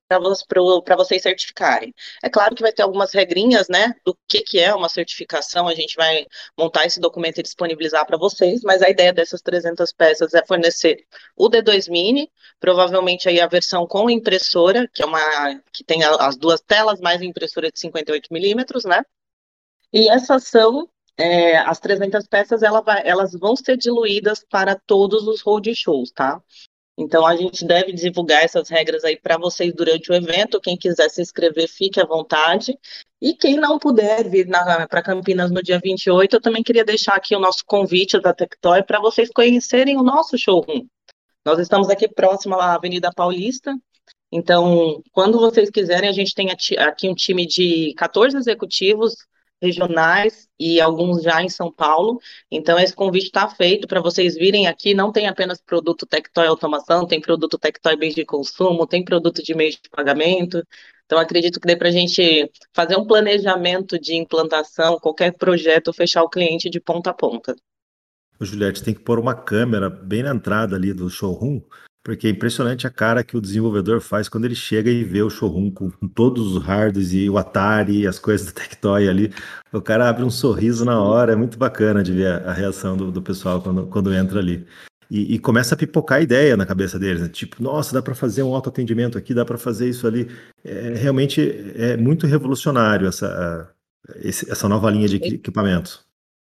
para vocês certificarem. É claro que vai ter algumas regrinhas, né, do que, que é uma certificação, a gente vai montar esse documento e disponibilizar para vocês, mas a ideia dessas trezentas peças é fornecer o D dois Mini, provavelmente aí a versão com impressora, que é uma que tem as duas telas, mais a impressora de cinquenta e oito milímetros, né, e essa ação, é, as trezentas peças, ela vai, elas vão ser diluídas para todos os road shows, tá? Então, a gente deve divulgar essas regras aí para vocês durante o evento. Quem quiser se inscrever, fique à vontade. E quem não puder vir para Campinas no dia vinte e oito, eu também queria deixar aqui o nosso convite da Tectoy para vocês conhecerem o nosso showroom. Nós estamos aqui próximo à Avenida Paulista. Então, quando vocês quiserem, a gente tem aqui um time de quatorze executivos regionais e alguns já em São Paulo. Então, esse convite está feito para vocês virem aqui. Não tem apenas produto Tectoy Automação, tem produto Tectoy Bens de Consumo, tem produto de meio de pagamento. Então, acredito que dê para a gente fazer um planejamento de implantação, qualquer projeto, fechar o cliente de ponta a ponta. Ô, Juliette, tem que pôr uma câmera bem na entrada ali do showroom, porque é impressionante a cara que o desenvolvedor faz quando ele chega e vê o showroom com, com todos os hardwares e o Atari e as coisas do Tectoy ali. O cara abre um sorriso na hora, é muito bacana de ver a, a reação do, do pessoal quando, quando entra ali. e, e começa a pipocar a ideia na cabeça deles, né? Tipo, nossa, dá para fazer um autoatendimento aqui, dá para fazer isso ali. É, realmente é muito revolucionário essa, esse- essa nova linha de equi- equipamento.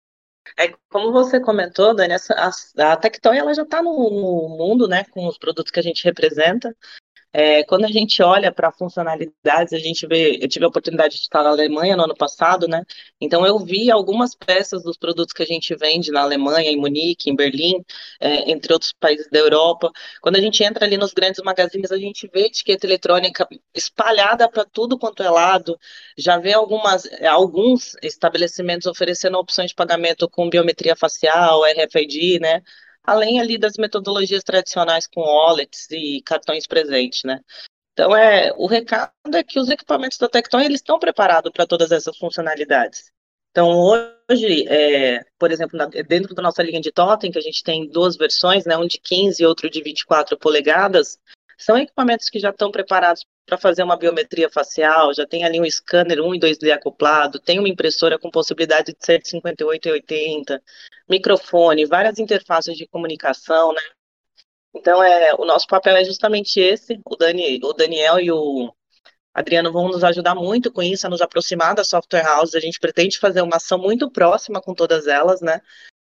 É, como você comentou, Dani, essa, a, a Tectoy ela já está no, no mundo, né, com os produtos que a gente representa. É, quando a gente olha para funcionalidades, a gente vê. Eu tive a oportunidade de estar na Alemanha no ano passado, né? Então eu vi algumas peças dos produtos que a gente vende na Alemanha, em Munique, em Berlim, é, entre outros países da Europa. Quando a gente entra ali nos grandes magazines, a gente vê etiqueta eletrônica espalhada para tudo quanto é lado. Já vê algumas, alguns estabelecimentos oferecendo opções de pagamento com biometria facial, R F I D, né? Além ali das metodologias tradicionais com wallets e cartões presentes, né? Então, é, o recado é que os equipamentos da Tectoy, eles estão preparados para todas essas funcionalidades. Então, hoje, é, por exemplo, na- dentro da nossa linha de totem, que a gente tem duas versões, né, um de quinze e outro de vinte e quatro polegadas, são equipamentos que já estão preparados para fazer uma biometria facial, já tem ali um scanner um e dois D acoplado, tem uma impressora com possibilidade de ser de cinquenta e oito e oitenta, microfone, várias interfaces de comunicação, né? Então, é, o nosso papel é justamente esse. O Dani, o Daniel e o Adriano vão nos ajudar muito com isso, a nos aproximar da software house. A gente pretende fazer uma ação muito próxima com todas elas, né?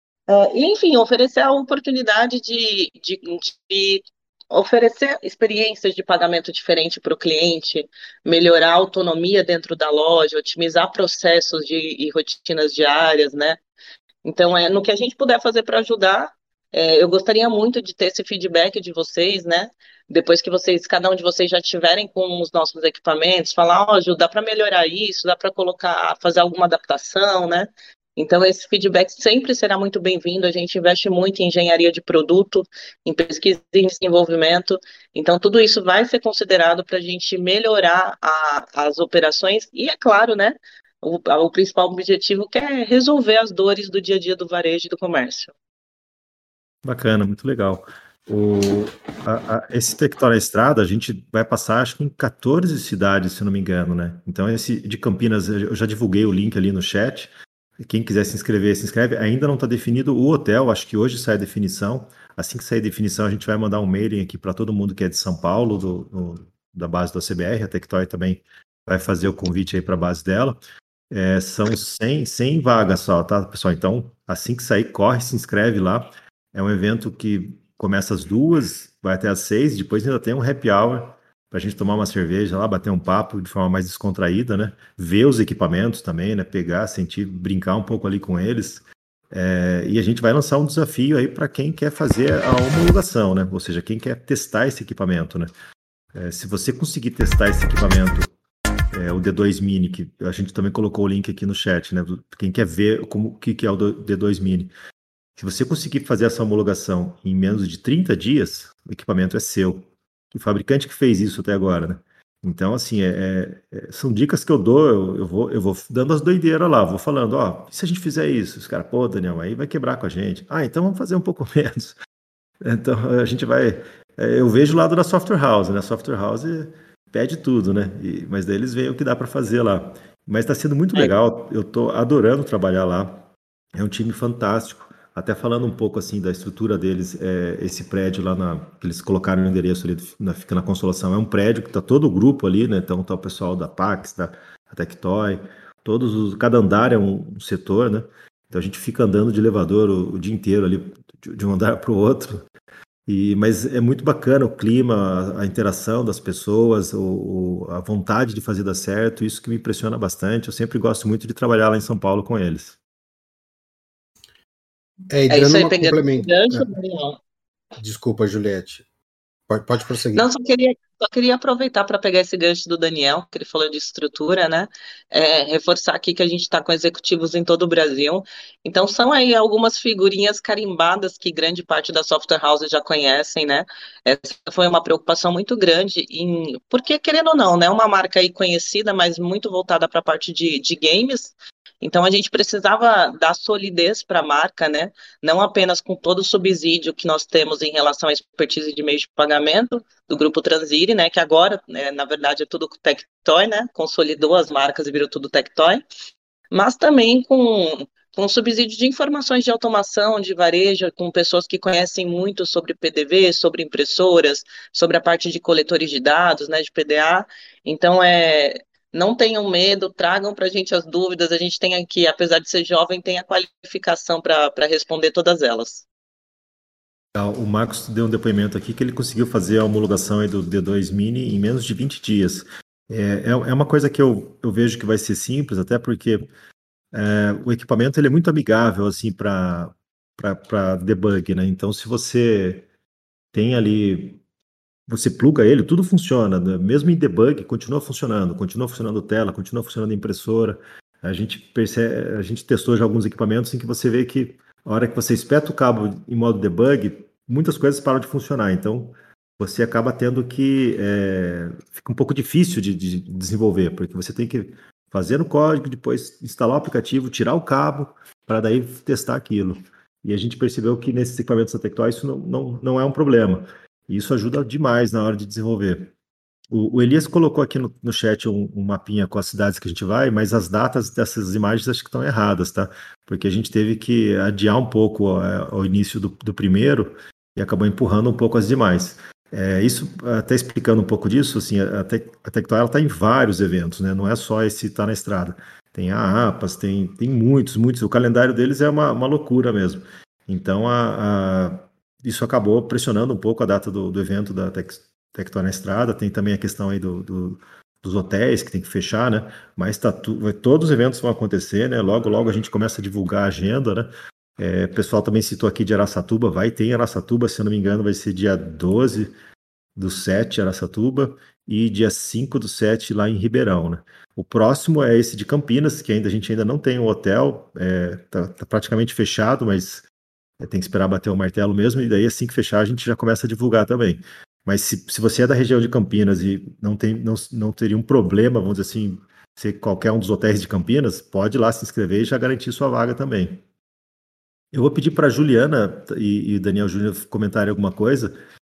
É, e, enfim, oferecer a oportunidade de, de, de oferecer experiências de pagamento diferente para o cliente, melhorar a autonomia dentro da loja, otimizar processos de, e rotinas diárias, né? Então, é no que a gente puder fazer para ajudar, é, eu gostaria muito de ter esse feedback de vocês, né? Depois que vocês, cada um de vocês já tiverem com os nossos equipamentos, falar, ó, Ju, dá para melhorar isso, dá para colocar, fazer alguma adaptação, né? Então, esse feedback sempre será muito bem-vindo. A gente investe muito em engenharia de produto, em pesquisa e desenvolvimento. Então, tudo isso vai ser considerado para a gente melhorar a- as operações e, é claro, né? O, o principal objetivo que é resolver as dores do dia a dia do varejo e do comércio. Bacana, muito legal. O, a- a- esse Tectoy na Estrada, a gente vai passar, acho que em quatorze cidades, se eu não me engano, né? Então, esse de Campinas, eu já divulguei o link ali no chat. Quem quiser se inscrever, se inscreve. Ainda não está definido o hotel, acho que hoje sai a definição. Assim que sair a definição, a gente vai mandar um mailing aqui para todo mundo que é de São Paulo, do, do- da base do A C B R. A Tectoy também vai fazer o convite aí para a base dela. É, são cem, cem vagas só, tá, pessoal? Então, assim que sair, corre, se inscreve lá. É um evento que começa às duas, vai até às seis, depois ainda tem um happy hour para a gente tomar uma cerveja lá, bater um papo de forma mais descontraída, né? Ver os equipamentos também, né? Pegar, sentir, brincar um pouco ali com eles. É, e a gente vai lançar um desafio aí para quem quer fazer a homologação, né? Ou seja, quem quer testar esse equipamento, né? É, se você conseguir testar esse equipamento, é, o D dois Mini, que a gente também colocou o link aqui no chat, né? Quem quer ver como o que, que é o D dois Mini. Se você conseguir fazer essa homologação em menos de trinta dias, o equipamento é seu. O fabricante que fez isso até agora, né? Então, assim, é, é- é- são dicas que eu dou, eu, eu vou, eu vou dando as doideiras lá, vou falando, ó, e se a gente fizer isso? Os caras, pô, Daniel, aí vai quebrar com a gente. Ah, então vamos fazer um pouco menos. Então, a gente vai. é, Eu vejo o lado da software house, né? A software house pede tudo, né? E- mas daí eles veem o que dá para fazer lá. Mas está sendo muito É, legal, eu estou adorando trabalhar lá. É um time fantástico. Até falando um pouco assim da estrutura deles, é, esse prédio lá na, que eles colocaram no endereço ali, na, fica na Consolação, é um prédio que está todo o grupo ali, né? Então tá o pessoal da Pax, da, da Tectoy, todos os, cada andar é um, um setor, né? Então a gente fica andando de elevador o, o dia inteiro ali, de, de um andar para o outro. E, mas é muito bacana o clima, a, a interação das pessoas, o, o- a vontade de fazer dar certo, isso que me impressiona bastante. Eu sempre gosto muito de trabalhar lá em São Paulo com eles. É, e é isso dando aí, uma pegando o complemento. gancho, é, Daniel. Desculpa, Juliette. Pode, pode prosseguir. Não, só queria, só queria aproveitar para pegar esse gancho do Daniel, que ele falou de estrutura, né? É, reforçar aqui que a gente está com executivos em todo o Brasil. Então, são aí algumas figurinhas carimbadas que grande parte da software house já conhecem, né? Essa foi uma preocupação muito grande, em, porque, querendo ou não, né? Uma marca aí conhecida, mas muito voltada para a parte de, de games. Então, a gente precisava dar solidez para a marca, né? Não apenas com todo o subsídio que nós temos em relação à expertise de meio de pagamento, do grupo Transire, né, que agora, né, na verdade, é tudo Tectoy, né, consolidou as marcas e virou tudo Tectoy, mas também com com subsídio de informações de automação, de varejo, com pessoas que conhecem muito sobre P D V, sobre impressoras, sobre a parte de coletores de dados, né, de P D A. Então, é, não tenham medo, tragam para a gente as dúvidas. A gente tem aqui, apesar de ser jovem, tem a qualificação para responder todas elas. O Marcos deu um depoimento aqui que ele conseguiu fazer a homologação aí do D dois Mini em menos de vinte dias. É, é uma coisa que eu, eu vejo que vai ser simples, até porque é, o equipamento ele é muito amigável assim, para debug, né? Então, se você tem ali, você pluga ele, tudo funciona, né? Mesmo em debug, continua funcionando, continua funcionando tela, continua funcionando impressora. A gente percebe, a gente testou já alguns equipamentos em que você vê que a hora que você espeta o cabo em modo debug, muitas coisas param de funcionar. Então, você acaba tendo que... É, fica um pouco difícil de, de desenvolver, porque você tem que fazer o código, depois instalar o aplicativo, tirar o cabo, para daí testar aquilo. E a gente percebeu que nesses equipamentos da Tectoy isso não, não, não é um problema. E isso ajuda demais na hora de desenvolver. O, o Elias colocou aqui no, no chat um, um mapinha com as cidades que a gente vai, mas as datas dessas imagens acho que estão erradas, tá? Porque a gente teve que adiar um pouco ao início do, do primeiro e acabou empurrando um pouco as demais. É, isso, até explicando um pouco disso, assim, a, a Tectoy está em vários eventos, né? Não é só esse Tá na Estrada. Tem a APAS, tem, tem muitos, muitos. O calendário deles é uma, uma loucura mesmo. Então, a, a, isso acabou pressionando um pouco a data do, do evento da Tectoy. Tectoy na Estrada, tem também a questão aí do, do, dos hotéis que tem que fechar, né? Mas tá tu, todos os eventos vão acontecer, né? Logo, logo a gente começa a divulgar a agenda, né? É, o pessoal também citou aqui de Araçatuba, vai ter em Araçatuba, se eu não me engano, vai ser dia doze do sete, Araçatuba, e dia cinco do sete lá em Ribeirão, né? O próximo é esse de Campinas, que ainda a gente ainda não tem um hotel, é, tá, tá praticamente fechado, mas tem que esperar bater o martelo mesmo, e daí assim que fechar a gente já começa a divulgar também. Mas se, se você é da região de Campinas e não, tem, não, não teria um problema, vamos dizer assim, ser qualquer um dos hotéis de Campinas, pode ir lá se inscrever e já garantir sua vaga também. Eu vou pedir para a Juliana e, e Daniel Júnior comentarem alguma coisa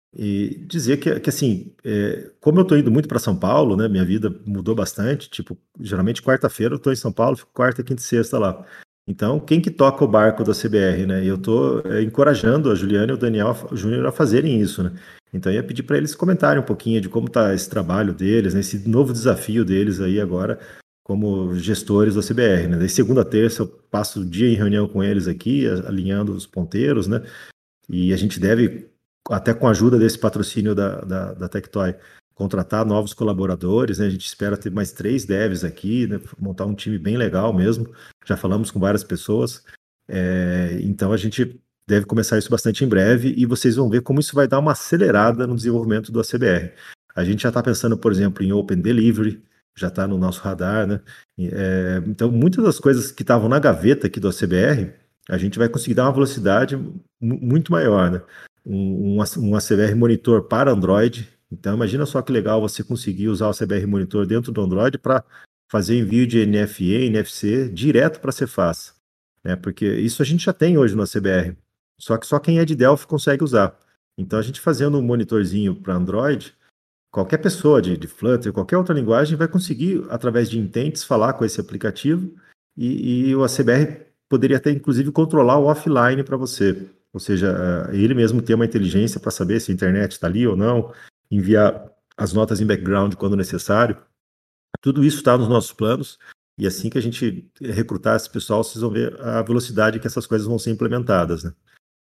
e dizer que, que assim, é, como eu estou indo muito para São Paulo, né, minha vida mudou bastante, tipo, geralmente quarta-feira eu estou em São Paulo, fico quarta, quinta e sexta lá. Então, quem que toca o barco da C B R, né? E eu estou é, encorajando a Juliana e o Daniel Júnior a fazerem isso, né? Então, eu ia pedir para eles comentarem um pouquinho de como está esse trabalho deles, né? Esse novo desafio deles aí agora como gestores da C B R, né? Daí segunda a terça eu passo o dia em reunião com eles aqui, alinhando os ponteiros, né? E a gente deve, até com a ajuda desse patrocínio da, da, da Tectoy, contratar novos colaboradores, né? A gente espera ter mais três devs aqui, né? Montar um time bem legal mesmo. Já falamos com várias pessoas. É, então a gente deve começar isso bastante em breve e vocês vão ver como isso vai dar uma acelerada no desenvolvimento do A C B R. A gente já está pensando, por exemplo, em Open Delivery, já está no nosso radar, né? É, então muitas das coisas que estavam na gaveta aqui do A C B R, a gente vai conseguir dar uma velocidade muito maior, né? Um, um, um A C B R Monitor para Android. Então, imagina só que legal você conseguir usar o A C B R Monitor dentro do Android para fazer envio de N F E, N F C direto para a Cefaz, né? Porque isso a gente já tem hoje no A C B R, só que só quem é de Delphi consegue usar. Então, a gente fazendo um monitorzinho para Android, qualquer pessoa de, de Flutter, qualquer outra linguagem vai conseguir, através de intents, falar com esse aplicativo e, e o A C B R poderia até, inclusive, controlar o offline para você. Ou seja, ele mesmo ter uma inteligência para saber se a internet está ali ou não, enviar as notas em background quando necessário. Tudo isso está nos nossos planos, e assim que a gente recrutar esse pessoal, vocês vão ver a velocidade que essas coisas vão ser implementadas, né?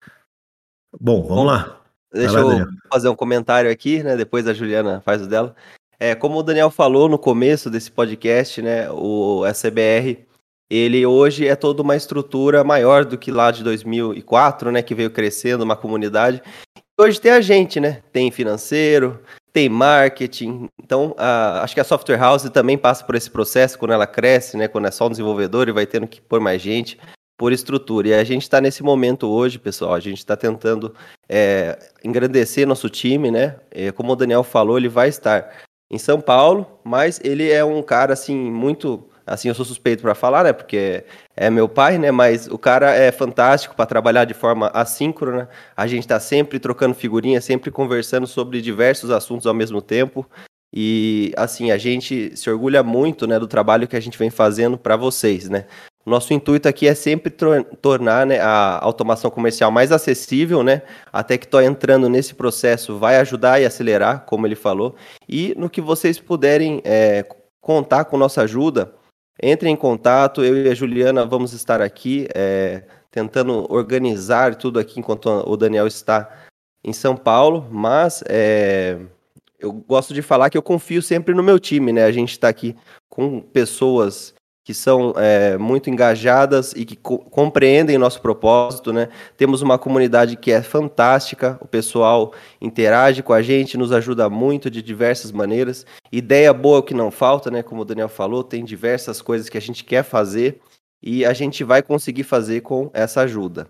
Bom, vamos Bom, lá. Deixa lá, eu fazer um comentário aqui, né? Depois a Juliana faz o dela. É, como o Daniel falou no começo desse podcast, né? O A C B R, ele hoje é toda uma estrutura maior do que lá de dois mil e quatro, né? Que veio crescendo uma comunidade. Hoje tem a gente, né? Tem financeiro, tem marketing. Então, a, acho que a Software House também passa por esse processo quando ela cresce, né? Quando é só um desenvolvedor e vai tendo que pôr mais gente por estrutura. E a gente está nesse momento hoje, pessoal. A gente está tentando é, engrandecer nosso time, né? É, como o Daniel falou, ele vai estar em São Paulo, mas ele é um cara, assim, muito... Assim, eu sou suspeito para falar, né? Porque é meu pai, né? Mas o cara é fantástico para trabalhar de forma assíncrona. A gente está sempre trocando figurinha, sempre conversando sobre diversos assuntos ao mesmo tempo. E, assim, a gente se orgulha muito, né, do trabalho que a gente vem fazendo para vocês, né? O nosso intuito aqui é sempre tornar, né, a automação comercial mais acessível, né? A Tectoy entrando nesse processo vai ajudar e acelerar, como ele falou. E no que vocês puderem é, contar com nossa ajuda, entrem em contato. Eu e a Juliana vamos estar aqui é, tentando organizar tudo aqui enquanto o Daniel está em São Paulo. Mas é, eu gosto de falar que eu confio sempre no meu time, né? A gente está aqui com pessoas que são é, muito engajadas e que co- compreendem nosso propósito, né? Temos uma comunidade que é fantástica, o pessoal interage com a gente, nos ajuda muito de diversas maneiras. Ideia boa que não falta, né? Como o Daniel falou, tem diversas coisas que a gente quer fazer e a gente vai conseguir fazer com essa ajuda.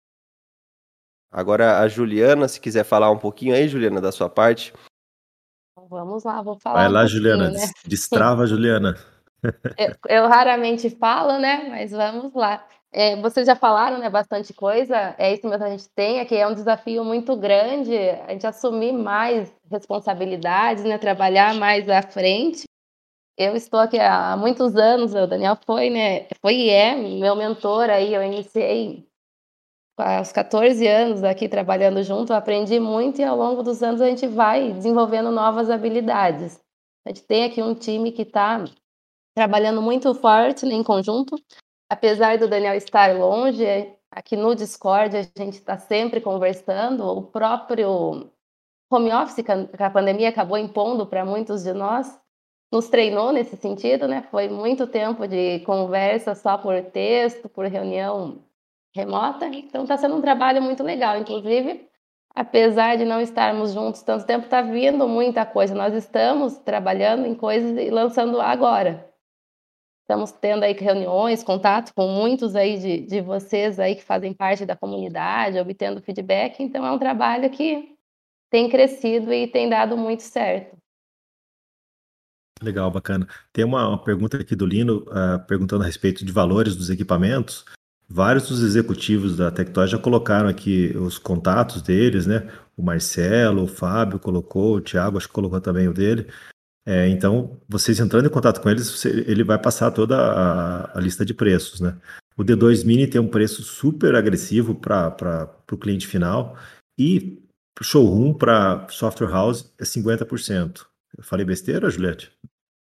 Agora a Juliana, se quiser falar um pouquinho aí, Juliana, da sua parte. Vamos lá, vou falar Vai um lá, pouquinho, Juliana, né? des- destrava, Juliana. Eu, eu raramente falo, né? Mas vamos lá. É, vocês já falaram, né? Bastante coisa. É isso mesmo que a gente tem. Aqui é um desafio muito grande. A gente assumir mais responsabilidades, né? Trabalhar mais à frente. Eu estou aqui há muitos anos. O Daniel foi, né? Foi e é meu mentor aí. Eu iniciei aos quatorze anos aqui trabalhando junto. Eu aprendi muito e ao longo dos anos a gente vai desenvolvendo novas habilidades. A gente tem aqui um time que está trabalhando muito forte, né, em conjunto. Apesar do Daniel estar longe, aqui no Discord a gente está sempre conversando. O próprio home office que a pandemia acabou impondo para muitos de nós nos treinou nesse sentido, né? Foi muito tempo de conversa só por texto, por reunião remota. Então está sendo um trabalho muito legal. Inclusive, apesar de não estarmos juntos tanto tempo, está vindo muita coisa. Nós estamos trabalhando em coisas e lançando agora. Estamos tendo aí reuniões, contato com muitos aí de, de vocês aí que fazem parte da comunidade, obtendo feedback. Então é um trabalho que tem crescido e tem dado muito certo. Legal, bacana. Tem uma, uma pergunta aqui do Lino, uh, perguntando a respeito de valores dos equipamentos. Vários dos executivos da Tectoy já colocaram aqui os contatos deles, né? O Marcelo, o Fábio colocou, o Thiago acho que colocou também o dele. É, então, vocês entrando em contato com eles, você, ele vai passar toda a, a lista de preços, né? O D dois Mini tem um preço super agressivo para o cliente final e o showroom para software house é cinquenta por cento. Eu falei besteira, Juliette?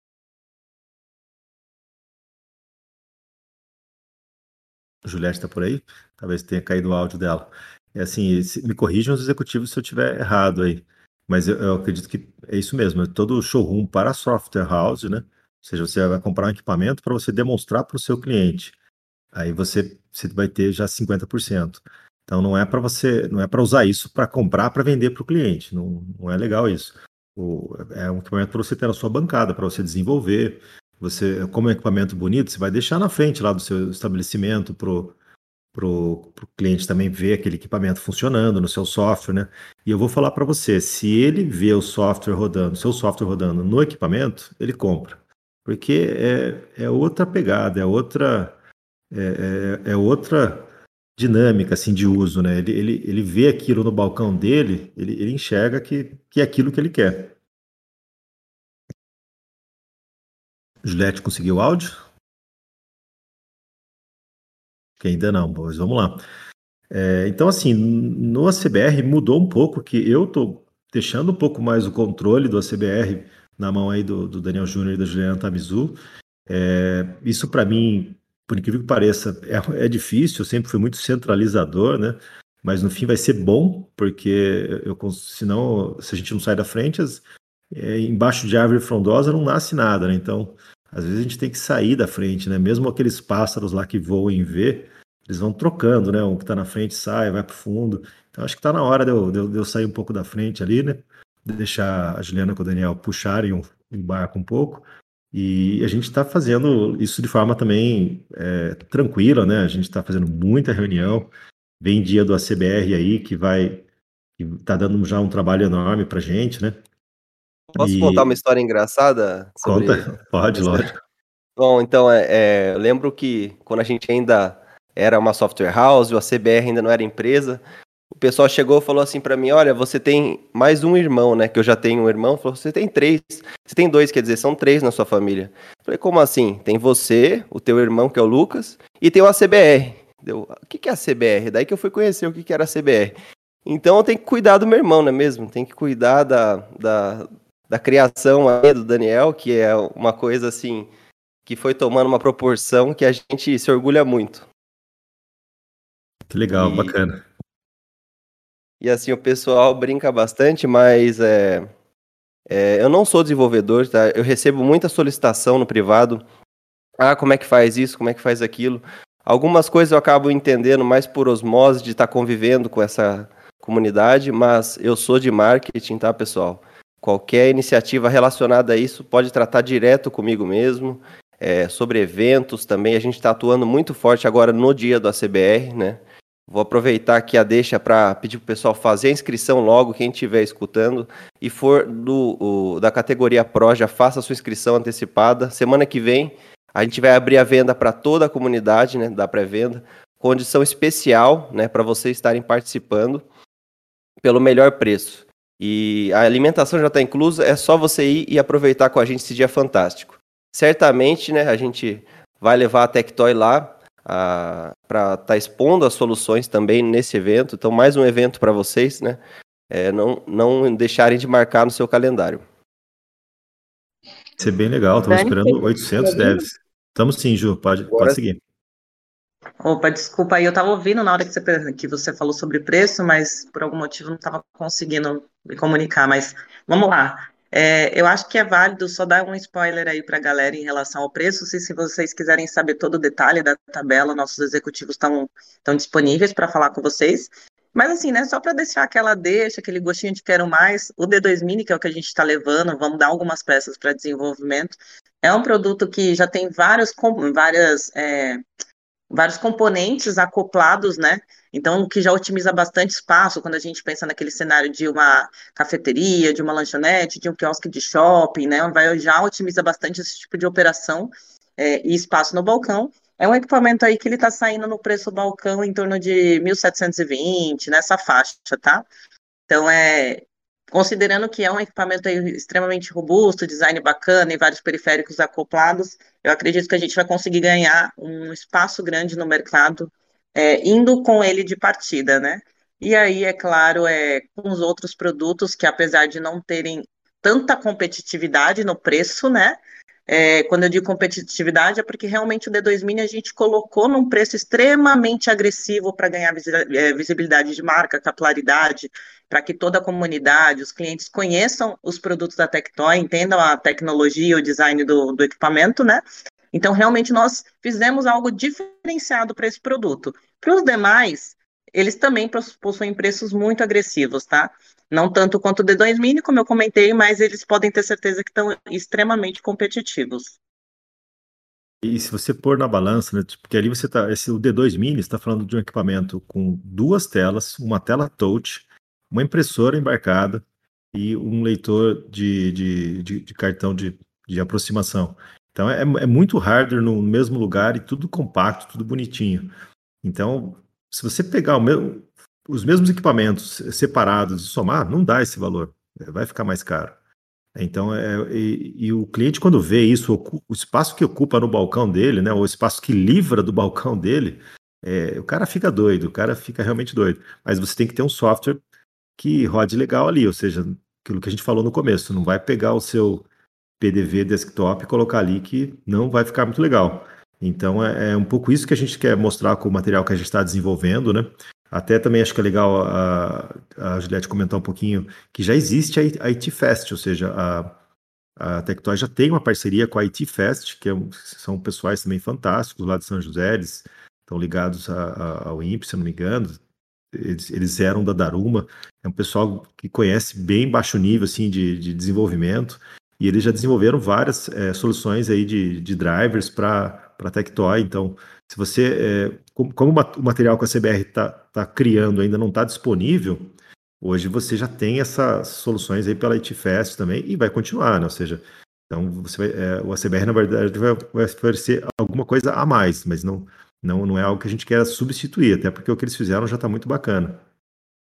Juliette está por aí? Talvez tenha caído o áudio dela. É assim, se- me corrijam os executivos se eu estiver errado aí. Mas eu, eu acredito que é isso mesmo. É todo showroom para software house, né? Ou seja, você vai comprar um equipamento para você demonstrar para o seu cliente. Aí você, você vai ter já cinquenta por cento. Então não é para você, não é para usar isso para comprar, para vender para o cliente. Não, não é legal isso. O- é um equipamento para você ter na sua bancada, para você desenvolver. Você, como é um equipamento bonito, você vai deixar na frente lá do seu estabelecimento pro para o cliente também ver aquele equipamento funcionando no seu software, né? E eu vou falar para você, se ele vê o software rodando, seu software rodando no equipamento, ele compra, porque é, é outra pegada, é outra é, é- é outra dinâmica assim de uso, né? Ele, ele, ele vê aquilo no balcão dele, ele, ele enxerga que, que é aquilo que ele quer. Juliette conseguiu o áudio? Que ainda não, mas vamos lá. É, então, assim, no A C B R mudou um pouco, que eu tô deixando um pouco mais o controle do A C B R na mão aí do, do Daniel Júnior e da Juliana Tamizu. É, isso para mim, por incrível que pareça, é, é difícil, eu sempre fui muito centralizador, né? Mas no fim vai ser bom, porque eu, cons- senão, se a gente não sai da frente, as- é, embaixo de árvore frondosa não nasce nada, né? Então, às vezes a gente tem que sair da frente, né? Mesmo aqueles pássaros lá que voam em V, eles vão trocando, né? Um que tá na frente sai, vai pro fundo. Então, acho que tá na hora de eu, de eu- de eu sair um pouco da frente ali, né? Deixar a Juliana com o Daniel puxarem o, o barco um pouco. E a gente está fazendo isso de forma também é, tranquila, né? A gente está fazendo muita reunião. Vem dia do A C B R aí que vai, que está dando já um trabalho enorme para gente, né? Posso contar uma E história engraçada conta, sobre pode, essa? lógico. Bom, então, é, é, eu lembro que quando a gente ainda era uma software house, o A C B R ainda não era empresa, o pessoal chegou e falou assim pra mim, olha, você tem mais um irmão, né? Que eu já tenho um irmão. Falou, você tem três. Você tem dois, quer dizer, são três na sua família. Falei, como assim? Tem você, o teu irmão, que é o Lucas, e tem o A C B R. Deu, o que que é a C B R? Daí que eu fui conhecer o que que era a C B R. Então eu tenho que cuidar do meu irmão, não é mesmo? Tem que cuidar da, da, da criação aí do Daniel, que é uma coisa assim, que foi tomando uma proporção que a gente se orgulha muito. Que legal, E, bacana. e assim, o pessoal brinca bastante, mas é, é, eu não sou desenvolvedor, tá? Eu recebo muita solicitação no privado. Ah, como é que faz isso? Como é que faz aquilo? Algumas coisas eu acabo entendendo mais por osmose de estar convivendo com essa comunidade, mas eu sou de marketing, tá, pessoal? Qualquer iniciativa relacionada a isso pode tratar direto comigo mesmo. É, sobre eventos também, a gente está atuando muito forte agora no dia do A C B R, né? Vou aproveitar aqui a deixa para pedir para o pessoal fazer a inscrição logo, quem estiver escutando, e for do, o, da categoria Pro, já faça a sua inscrição antecipada. Semana que vem, a gente vai abrir a venda para toda a comunidade, né, da pré-venda, condição especial, né, para vocês estarem participando pelo melhor preço. E a alimentação já está inclusa, é só você ir e aproveitar com a gente esse dia fantástico. Certamente, né, a gente vai levar a Tectoy lá para estar tá expondo as soluções também nesse evento. Então, mais um evento para vocês, né? É, não, não deixarem de marcar no seu calendário. Isso é bem legal, estamos Dani, esperando oitocentos devs. Estamos sim, Ju, pode, Agora- pode seguir. Opa, desculpa aí, eu estava ouvindo na hora que você, que você falou sobre preço, mas por algum motivo não estava conseguindo me comunicar, mas vamos lá. É, eu acho que é válido só dar um spoiler aí para a galera em relação ao preço, se, se vocês quiserem saber todo o detalhe da tabela, nossos executivos estão estão disponíveis para falar com vocês. Mas assim, né, só para deixar aquela deixa, aquele gostinho de quero mais, o D dois Mini, que é o que a gente está levando, vamos dar algumas peças para desenvolvimento, é um produto que já tem vários, com- várias... é, vários componentes acoplados, né? Então, o que já otimiza bastante espaço quando a gente pensa naquele cenário de uma cafeteria, de uma lanchonete, de um quiosque de shopping, né? Vai, já otimiza bastante esse tipo de operação é, e espaço no balcão. É um equipamento aí que ele está saindo no preço balcão em torno de mil setecentos e vinte, nessa faixa, tá? Então, é, considerando que é um equipamento aí extremamente robusto, design bacana e vários periféricos acoplados, eu acredito que a gente vai conseguir ganhar um espaço grande no mercado, é, indo com ele de partida, né? E aí, é claro, é, com os outros produtos que, apesar de não terem tanta competitividade no preço, né? É, quando eu digo competitividade, é porque realmente o D dois Mini a gente colocou num preço extremamente agressivo para ganhar visi- é, visibilidade de marca, capilaridade, para que toda a comunidade, os clientes conheçam os produtos da Tectoy, entendam a tecnologia, o design do, do equipamento, né? Então, realmente, nós fizemos algo diferenciado para esse produto. Para os demais, eles também pos- possuem preços muito agressivos, tá? Não tanto quanto o D dois Mini, como eu comentei, mas eles podem ter certeza que estão extremamente competitivos. E se você pôr na balança, né, tipo, porque ali você tá, esse, o D dois Mini está falando de um equipamento com duas telas, uma tela touch, uma impressora embarcada e um leitor de, de, de, de cartão de, de aproximação. Então é, é muito hardware no mesmo lugar e tudo compacto, tudo bonitinho. Então, se você pegar o mesmo, os mesmos equipamentos separados e somar, não dá esse valor, é, vai ficar mais caro. Então, é, e, e o cliente, quando vê isso, ocu- o espaço que ocupa no balcão dele, né, ou o espaço que livra do balcão dele, é, o cara fica doido, o cara fica realmente doido. Mas você tem que ter um software que rode legal ali, ou seja, aquilo que a gente falou no começo, não vai pegar o seu P D V desktop e colocar ali que não vai ficar muito legal. Então, é, é um pouco isso que a gente quer mostrar com o material que a gente está desenvolvendo, né? Até também acho que é legal a, a Juliette comentar um pouquinho que já existe a I T Fest, ou seja, a, a Tectoy já tem uma parceria com a I T Fest, que é um- são pessoais também fantásticos lá de São José, eles estão ligados a- a- ao I N P E, se eu não me engano, eles, eles eram da Daruma, é um pessoal que conhece bem baixo nível assim, de, de desenvolvimento, e eles já desenvolveram várias eh, soluções aí de, de drivers para a Tectoy, então se você, eh, como, como o ma- o material que a C B R está tá criando ainda não está disponível, hoje você já tem essas soluções aí pela I T Fest também e vai continuar, né? Ou seja, então você vai, é, o A C B R na verdade vai, vai oferecer alguma coisa a mais, mas não, não, não é algo que a gente quer substituir, até porque o que eles fizeram já está muito bacana.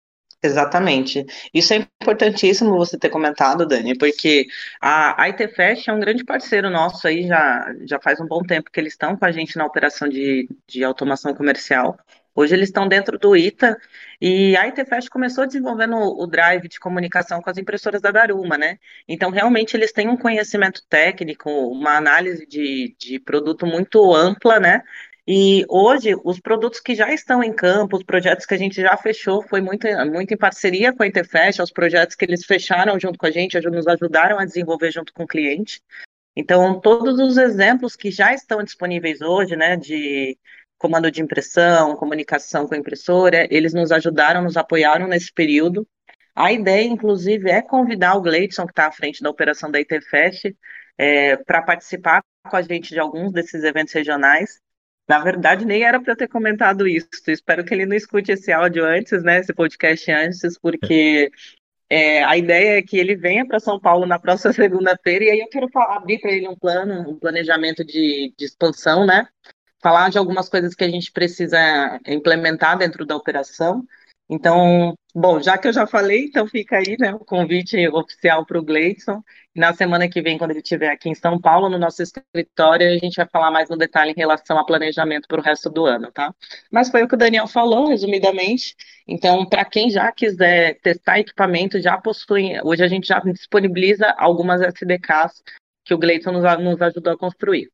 Exatamente. Isso é importantíssimo você ter comentado, Dani, porque a a I T Fast é um grande parceiro nosso aí, já, já faz um bom tempo que eles estão com a gente na operação de, de automação comercial. Hoje eles estão dentro do I T A e a I T Fast começou desenvolvendo o o drive de comunicação com as impressoras da Daruma, né? Então, realmente, eles têm um conhecimento técnico, uma análise de, de produto muito ampla, né? E hoje, os produtos que já estão em campo, os projetos que a gente já fechou, foi muito, muito em parceria com a Interfest, os projetos que eles fecharam junto com a gente, aju- nos ajudaram a desenvolver junto com o cliente. Então, todos os exemplos que já estão disponíveis hoje, né, de comando de impressão, comunicação com a impressora, eles nos ajudaram, nos apoiaram nesse período. A ideia, inclusive, é convidar o Gleidson, que está à frente da operação da Interfest, para participar com a gente de alguns desses eventos regionais. Na verdade, nem era para eu ter comentado isso. Espero que ele não escute esse áudio antes, né? Esse podcast antes, porque é, a ideia é que ele venha para São Paulo na próxima segunda-feira, e aí eu quero fa- abrir para ele um plano, um planejamento de, de expansão, né? Falar de algumas coisas que a gente precisa implementar dentro da operação. Então, bom, já que eu já falei, então fica aí, né, o convite oficial para o Gleidson. Na semana que vem, quando ele estiver aqui em São Paulo, no nosso escritório, a gente vai falar mais no detalhe em relação a planejamento para o resto do ano, tá? Mas foi o que o Daniel falou, resumidamente. Então, para quem já quiser testar equipamento, já possui. Hoje a gente já disponibiliza algumas S D Ks que o Gleidson nos, a- nos ajudou a construir.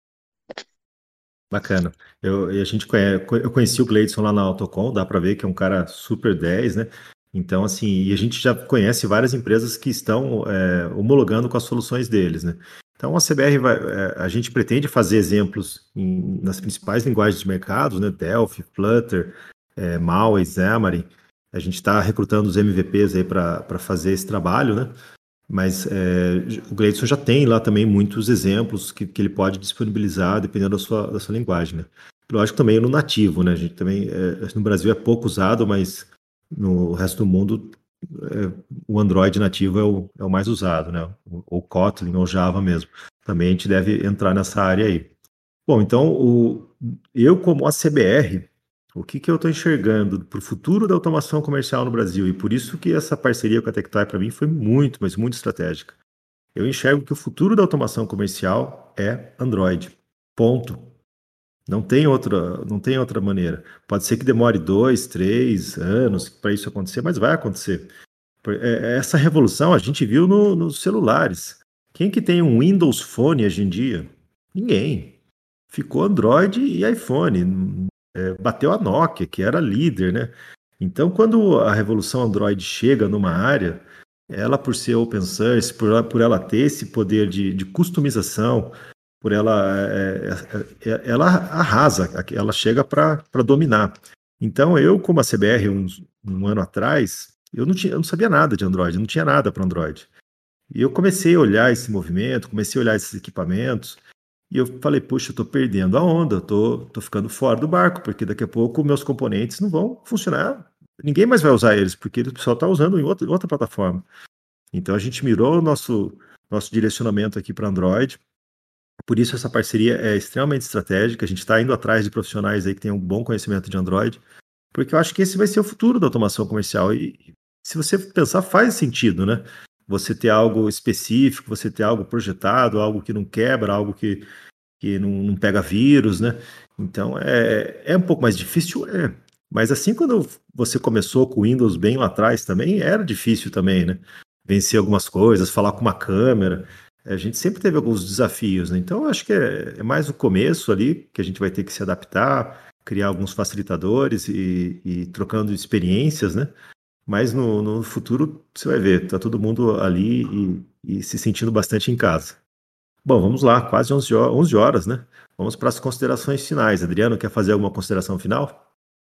Bacana. Eu, e a gente conhe- eu conheci o Gleidson lá na Autocom, dá para ver que é um cara super dez, né? Então, assim, e a gente já conhece várias empresas que estão é, homologando com as soluções deles, né? Então, a C B R vai, é, a gente pretende fazer exemplos em- nas principais linguagens de mercado, né? Delphi, Flutter, é, Maui, Xamarin. A gente está recrutando os M V Ps aí para para fazer esse trabalho, né? Mas é, o Gleidson já tem lá também muitos exemplos que, que ele pode disponibilizar dependendo da sua, da sua linguagem, né? Lógico também no nativo, né? A gente também, é, no Brasil é pouco usado, mas no resto do mundo é, o Android nativo é o, é o mais usado, né? Ou, ou Kotlin ou Java mesmo. Também a gente deve entrar nessa área aí. Bom, então o, eu como A C B R, o que, que eu estou enxergando para o futuro da automação comercial no Brasil? E por isso que essa parceria com a Tectoy para mim foi muito, mas muito estratégica. Eu enxergo que o futuro da automação comercial é Android. Ponto. Não tem outra, não tem outra maneira. Pode ser que demore dois, três anos para isso acontecer, mas vai acontecer. Por- é- é Essa revolução a gente viu no- nos celulares. Quem que tem um Windows Phone hoje em dia? Ninguém. Ficou Android e iPhone. É, bateu a Nokia, que era líder, né? Então, quando a revolução Android chega numa área, ela, por ser open source, por ela, por ela ter esse poder de, de customização, por ela, é, é, é, ela arrasa, ela chega para dominar. Então, eu, como a C B R, uns, um ano atrás, eu não, tinha, eu não sabia nada de Android, não tinha nada para Android. E eu comecei a olhar esse movimento, comecei a olhar esses equipamentos, e eu falei, puxa, eu tô perdendo a onda, eu tô, tô ficando fora do barco, porque daqui a pouco meus componentes não vão funcionar, ninguém mais vai usar eles, porque o pessoal está usando em outra, outra plataforma. Então a gente mirou o nosso, nosso direcionamento aqui para Android, por isso essa parceria é extremamente estratégica, a gente está indo atrás de profissionais aí que tenham um bom conhecimento de Android, porque eu acho que esse vai ser o futuro da automação comercial, e se você pensar, faz sentido, né? Você ter algo específico, você ter algo projetado, algo que não quebra, algo que que não, não pega vírus, né? Então é, é um pouco mais difícil, é. Mas assim, quando você começou com o Windows bem lá atrás também, era difícil também, né? Vencer algumas coisas, falar com uma câmera. A gente sempre teve alguns desafios, né? Então eu acho que é, é mais o começo ali, que a gente vai ter que se adaptar, criar alguns facilitadores e, e trocando experiências, né? Mas no, no futuro você vai ver, tá todo mundo ali e, e se sentindo bastante em casa. Bom, vamos lá, quase onze ho- onze horas, né? Vamos para as considerações finais. Adriano, quer fazer alguma consideração final?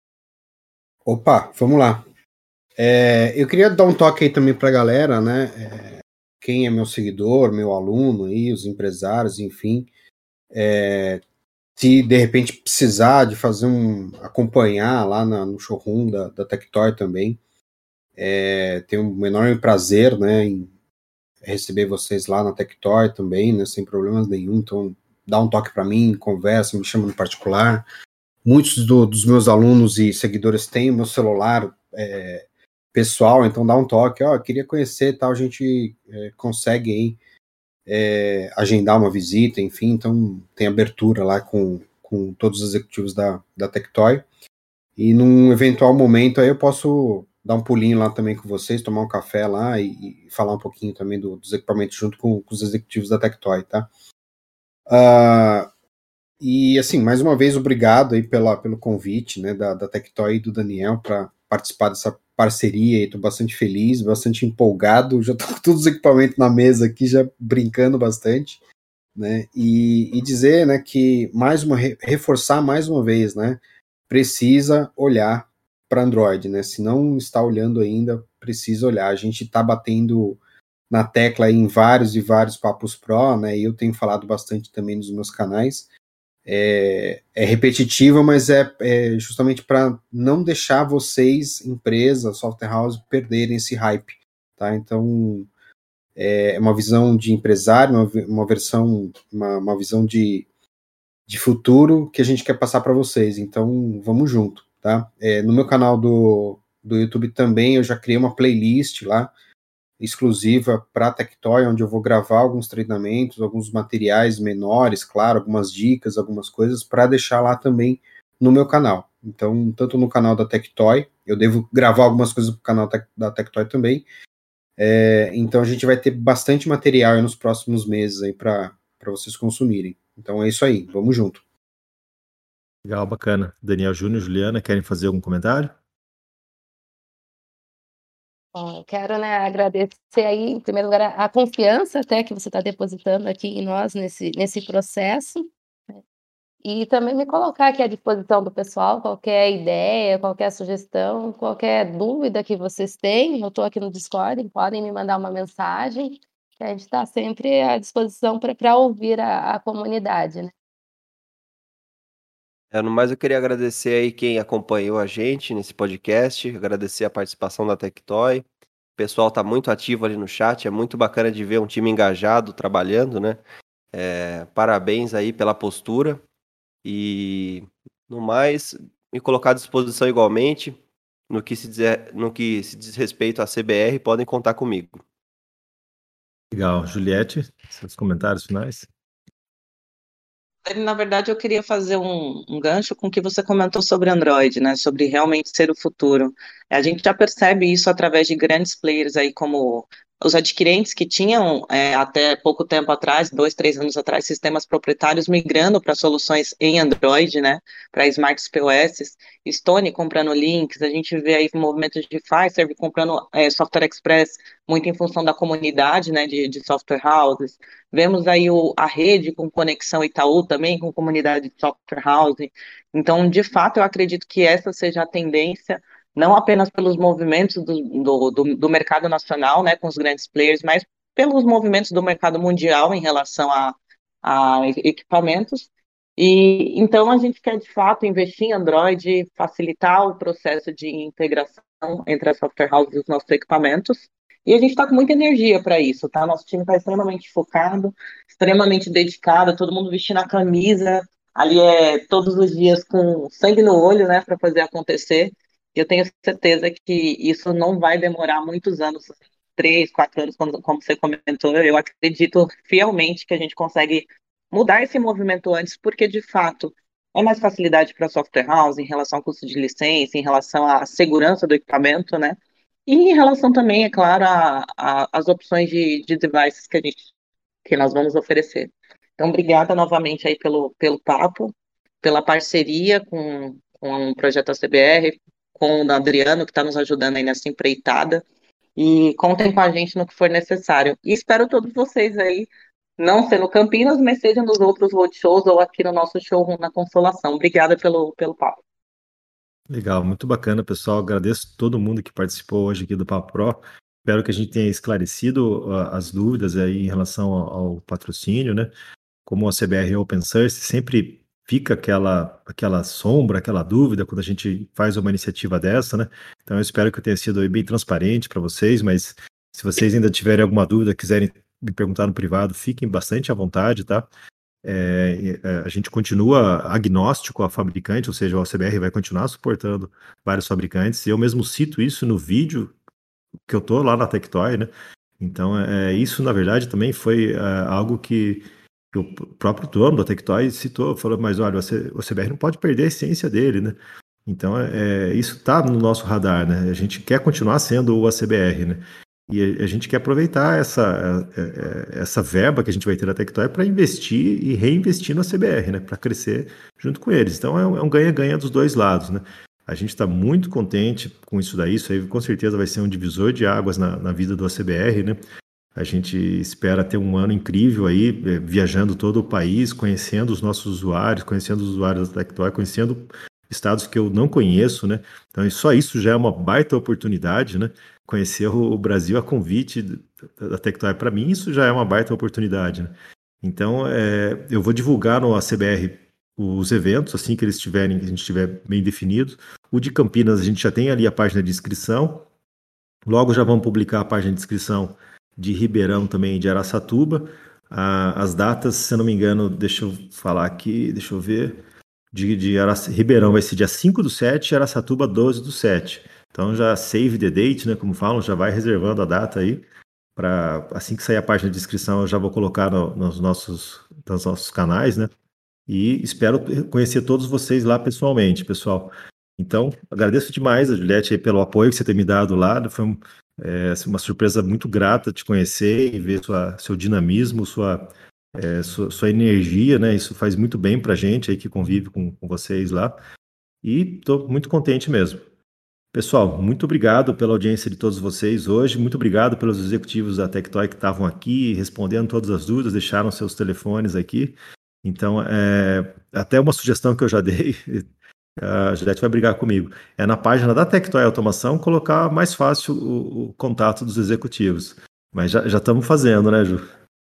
Opa, vamos lá. É, eu queria dar um toque aí também para a galera, né? É, quem é meu seguidor, meu aluno aí, os empresários, enfim. É, se de repente precisar de fazer um. acompanhar lá na- no showroom da, da Tectoy também, é, tenho um enorme prazer, né, em receber vocês lá na Tectoy também, né, sem problemas nenhum. Então, dá um toque para mim, conversa, me chama no particular. Muitos do- dos meus alunos e seguidores têm o meu celular. É, pessoal, então dá um toque, ó, oh, queria conhecer tal, a gente é, consegue aí é, agendar uma visita, enfim, então tem abertura lá com, com todos os executivos da, da Tectoy, e num eventual momento aí eu posso dar um pulinho lá também com vocês, tomar um café lá e, e falar um pouquinho também do, dos equipamentos junto com, com os executivos da Tectoy, tá? Uh, e assim, mais uma vez, obrigado aí pela, pelo convite, né, da, da Tectoy e do Daniel para participar dessa parceria, estou bastante feliz, bastante empolgado, já estou com todos os equipamentos na mesa aqui, já brincando bastante, né, e, e dizer, né, que mais uma, reforçar mais uma vez, né, precisa olhar para Android, né, se não está olhando ainda, precisa olhar, a gente está batendo na tecla aí em vários e vários papos pro, né, e eu tenho falado bastante também nos meus canais, É, é repetitiva, mas é, é justamente para não deixar vocês, empresa, software house, perderem esse hype, tá? Então, é uma visão de empresário, uma, uma versão, uma, uma visão de, de futuro que a gente quer passar para vocês. Então, vamos junto, tá? É, no meu canal do, do YouTube também, eu já criei uma playlist lá, exclusiva para a Tectoy, onde eu vou gravar alguns treinamentos, alguns materiais menores, claro, algumas dicas, algumas coisas, para deixar lá também no meu canal. Então, tanto no canal da Tectoy, eu devo gravar algumas coisas para o canal da Tectoy também, é, então a gente vai ter bastante material aí nos próximos meses aí para vocês consumirem. Então é isso aí, vamos junto. Legal, bacana. Daniel Júnior, Juliana, querem fazer algum comentário? Bom, eu quero, né, agradecer aí, em primeiro lugar, a, a confiança até que você está depositando aqui em nós nesse, nesse processo, né? E também me colocar aqui à disposição do pessoal, qualquer ideia, qualquer sugestão, qualquer dúvida que vocês tenham, eu estou aqui no Discord, podem me mandar uma mensagem, que a gente está sempre à disposição para ouvir a, a comunidade, né? É, no mais, eu queria agradecer aí quem acompanhou a gente nesse podcast, agradecer a participação da Tectoy. O pessoal está muito ativo ali no chat, é muito bacana de ver um time engajado, trabalhando, né? É, parabéns aí pela postura. E, no mais, me colocar à disposição igualmente. No que se diz, no que se diz respeito à C B R, podem contar comigo. Legal. Juliette, seus comentários finais? Na verdade, eu queria fazer um, um gancho com o que você comentou sobre Android, né? Sobre realmente ser o futuro. A gente já percebe isso através de grandes players aí, como os adquirentes que tinham é, até pouco tempo atrás, dois, três anos atrás, sistemas proprietários migrando para soluções em Android, né? Para smarts P O S, Stone comprando links, a gente vê aí movimentos de Fiserv comprando é, Software Express, muito em função da comunidade, né? De, de software houses. Vemos aí o, a rede com Conexão Itaú também, com comunidade de software house. Então, de fato, eu acredito que essa seja a tendência, não apenas pelos movimentos do, do, do, do mercado nacional, né, com os grandes players, mas pelos movimentos do mercado mundial em relação a, a equipamentos. E então a gente quer, de fato, investir em Android, facilitar o processo de integração entre a software house e os nossos equipamentos. E a gente está com muita energia para isso, tá? Nosso time está extremamente focado, extremamente dedicado, todo mundo vestindo a camisa, ali é todos os dias com sangue no olho, né, para fazer acontecer. E eu tenho certeza que isso não vai demorar muitos anos, três, quatro anos, como, como você comentou. Eu acredito fielmente que a gente consegue mudar esse movimento antes, porque de fato é mais facilidade para a software house em relação ao custo de licença, em relação à segurança do equipamento, né? E em relação também, é claro, às opções de, de devices que a gente que nós vamos oferecer. Então, obrigada novamente aí pelo, pelo papo, pela parceria com, com o projeto A C B R, com o Adriano, que está nos ajudando aí nessa empreitada, e contem com a gente no que for necessário. E espero todos vocês aí, não ser no Campinas, mas seja nos outros roadshows ou aqui no nosso showroom na Consolação. Obrigada pelo, pelo papo. Legal, muito bacana, pessoal. Agradeço todo mundo que participou hoje aqui do Papo Pro. Espero que a gente tenha esclarecido uh, as dúvidas aí em relação ao, ao patrocínio, né? Como a C B R Open Source, sempre fica aquela, aquela sombra, aquela dúvida quando a gente faz uma iniciativa dessa, né? Então eu espero que eu tenha sido aí bem transparente para vocês, mas se vocês ainda tiverem alguma dúvida, quiserem me perguntar no privado, fiquem bastante à vontade, tá? É, a gente continua agnóstico a fabricante, ou seja, o A C B R vai continuar suportando vários fabricantes. Eu mesmo cito isso no vídeo que eu tô lá na Tectoy, né? Então, é, isso, na verdade, também foi é, algo que, que o próprio dono da Tectoy citou, falou, mas olha, o C B R não pode perder a essência dele, né? Então, é, isso está no nosso radar, né? A gente quer continuar sendo o A C B R, né? E a, a gente quer aproveitar essa, essa verba que a gente vai ter na Tectoy para investir e reinvestir no A C B R, né? Para crescer junto com eles. Então, é um ganha-ganha dos dois lados, né? A gente está muito contente com isso daí, isso aí com certeza vai ser um divisor de águas na, na vida do A C B R, né? A gente espera ter um ano incrível aí, viajando todo o país, conhecendo os nossos usuários, conhecendo os usuários da Tectoy, conhecendo estados que eu não conheço, né? Então, só isso já é uma baita oportunidade, né? Conhecer o Brasil a convite da Tectoy, para mim, isso já é uma baita oportunidade, né? Então, é, eu vou divulgar no A C B R os eventos, assim que eles estiverem, que a gente tiver bem definido. O de Campinas, a gente já tem ali a página de inscrição. Logo já vamos publicar a página de inscrição de Ribeirão também, de Araçatuba. Ah, as datas, se eu não me engano, deixa eu falar aqui, deixa eu ver. De, de Araç... Ribeirão vai ser dia cinco do sete e Araçatuba doze do sete. Então já save the date, né, como falam, já vai reservando a data aí. Pra, assim que sair a página de inscrição, eu já vou colocar no, nos, nossos, nos nossos canais, né? E espero conhecer todos vocês lá pessoalmente, pessoal. Então, agradeço demais a Juliette aí pelo apoio que você tem me dado lá. Foi um, é, uma surpresa muito grata te conhecer e ver sua, seu dinamismo, sua, é, sua, sua energia, né? Isso faz muito bem para a gente aí que convive com, com vocês lá. E estou muito contente mesmo. Pessoal, muito obrigado pela audiência de todos vocês hoje. Muito obrigado pelos executivos da Tectoy que estavam aqui, respondendo todas as dúvidas, deixaram seus telefones aqui. Então, é, até uma sugestão que eu já dei, a Juliette vai brigar comigo, é na página da Tectoy Automação colocar mais fácil o, o contato dos executivos. Mas já, já estamos fazendo, né, Ju?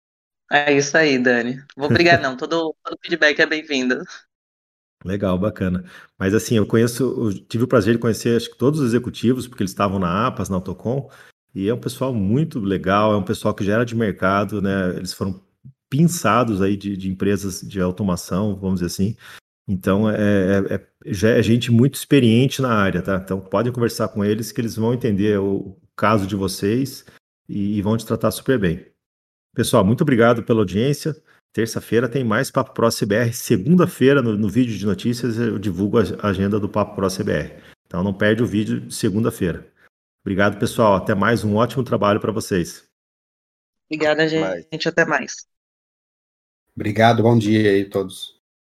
É isso aí, Dani. Vou brigar não, todo, todo feedback é bem-vindo. Legal, bacana. Mas assim, eu conheço, eu tive o prazer de conhecer acho que todos os executivos, porque eles estavam na APAS, na Autocom, e é um pessoal muito legal, é um pessoal que já era de mercado, né? Eles foram pinçados aí de, de empresas de automação, vamos dizer assim. Então, é, é, é, já é gente muito experiente na área, tá? Então, podem conversar com eles que eles vão entender o caso de vocês e, e vão te tratar super bem. Pessoal, muito obrigado pela audiência. Terça-feira tem mais Papo Pro C B R. Segunda-feira, no, no vídeo de notícias, eu divulgo a agenda do Papo Pro C B R. Então, não perde o vídeo de segunda-feira. Obrigado, pessoal. Até mais. Um ótimo trabalho para vocês. Obrigada, gente. Até mais. Obrigado, bom dia aí a todos.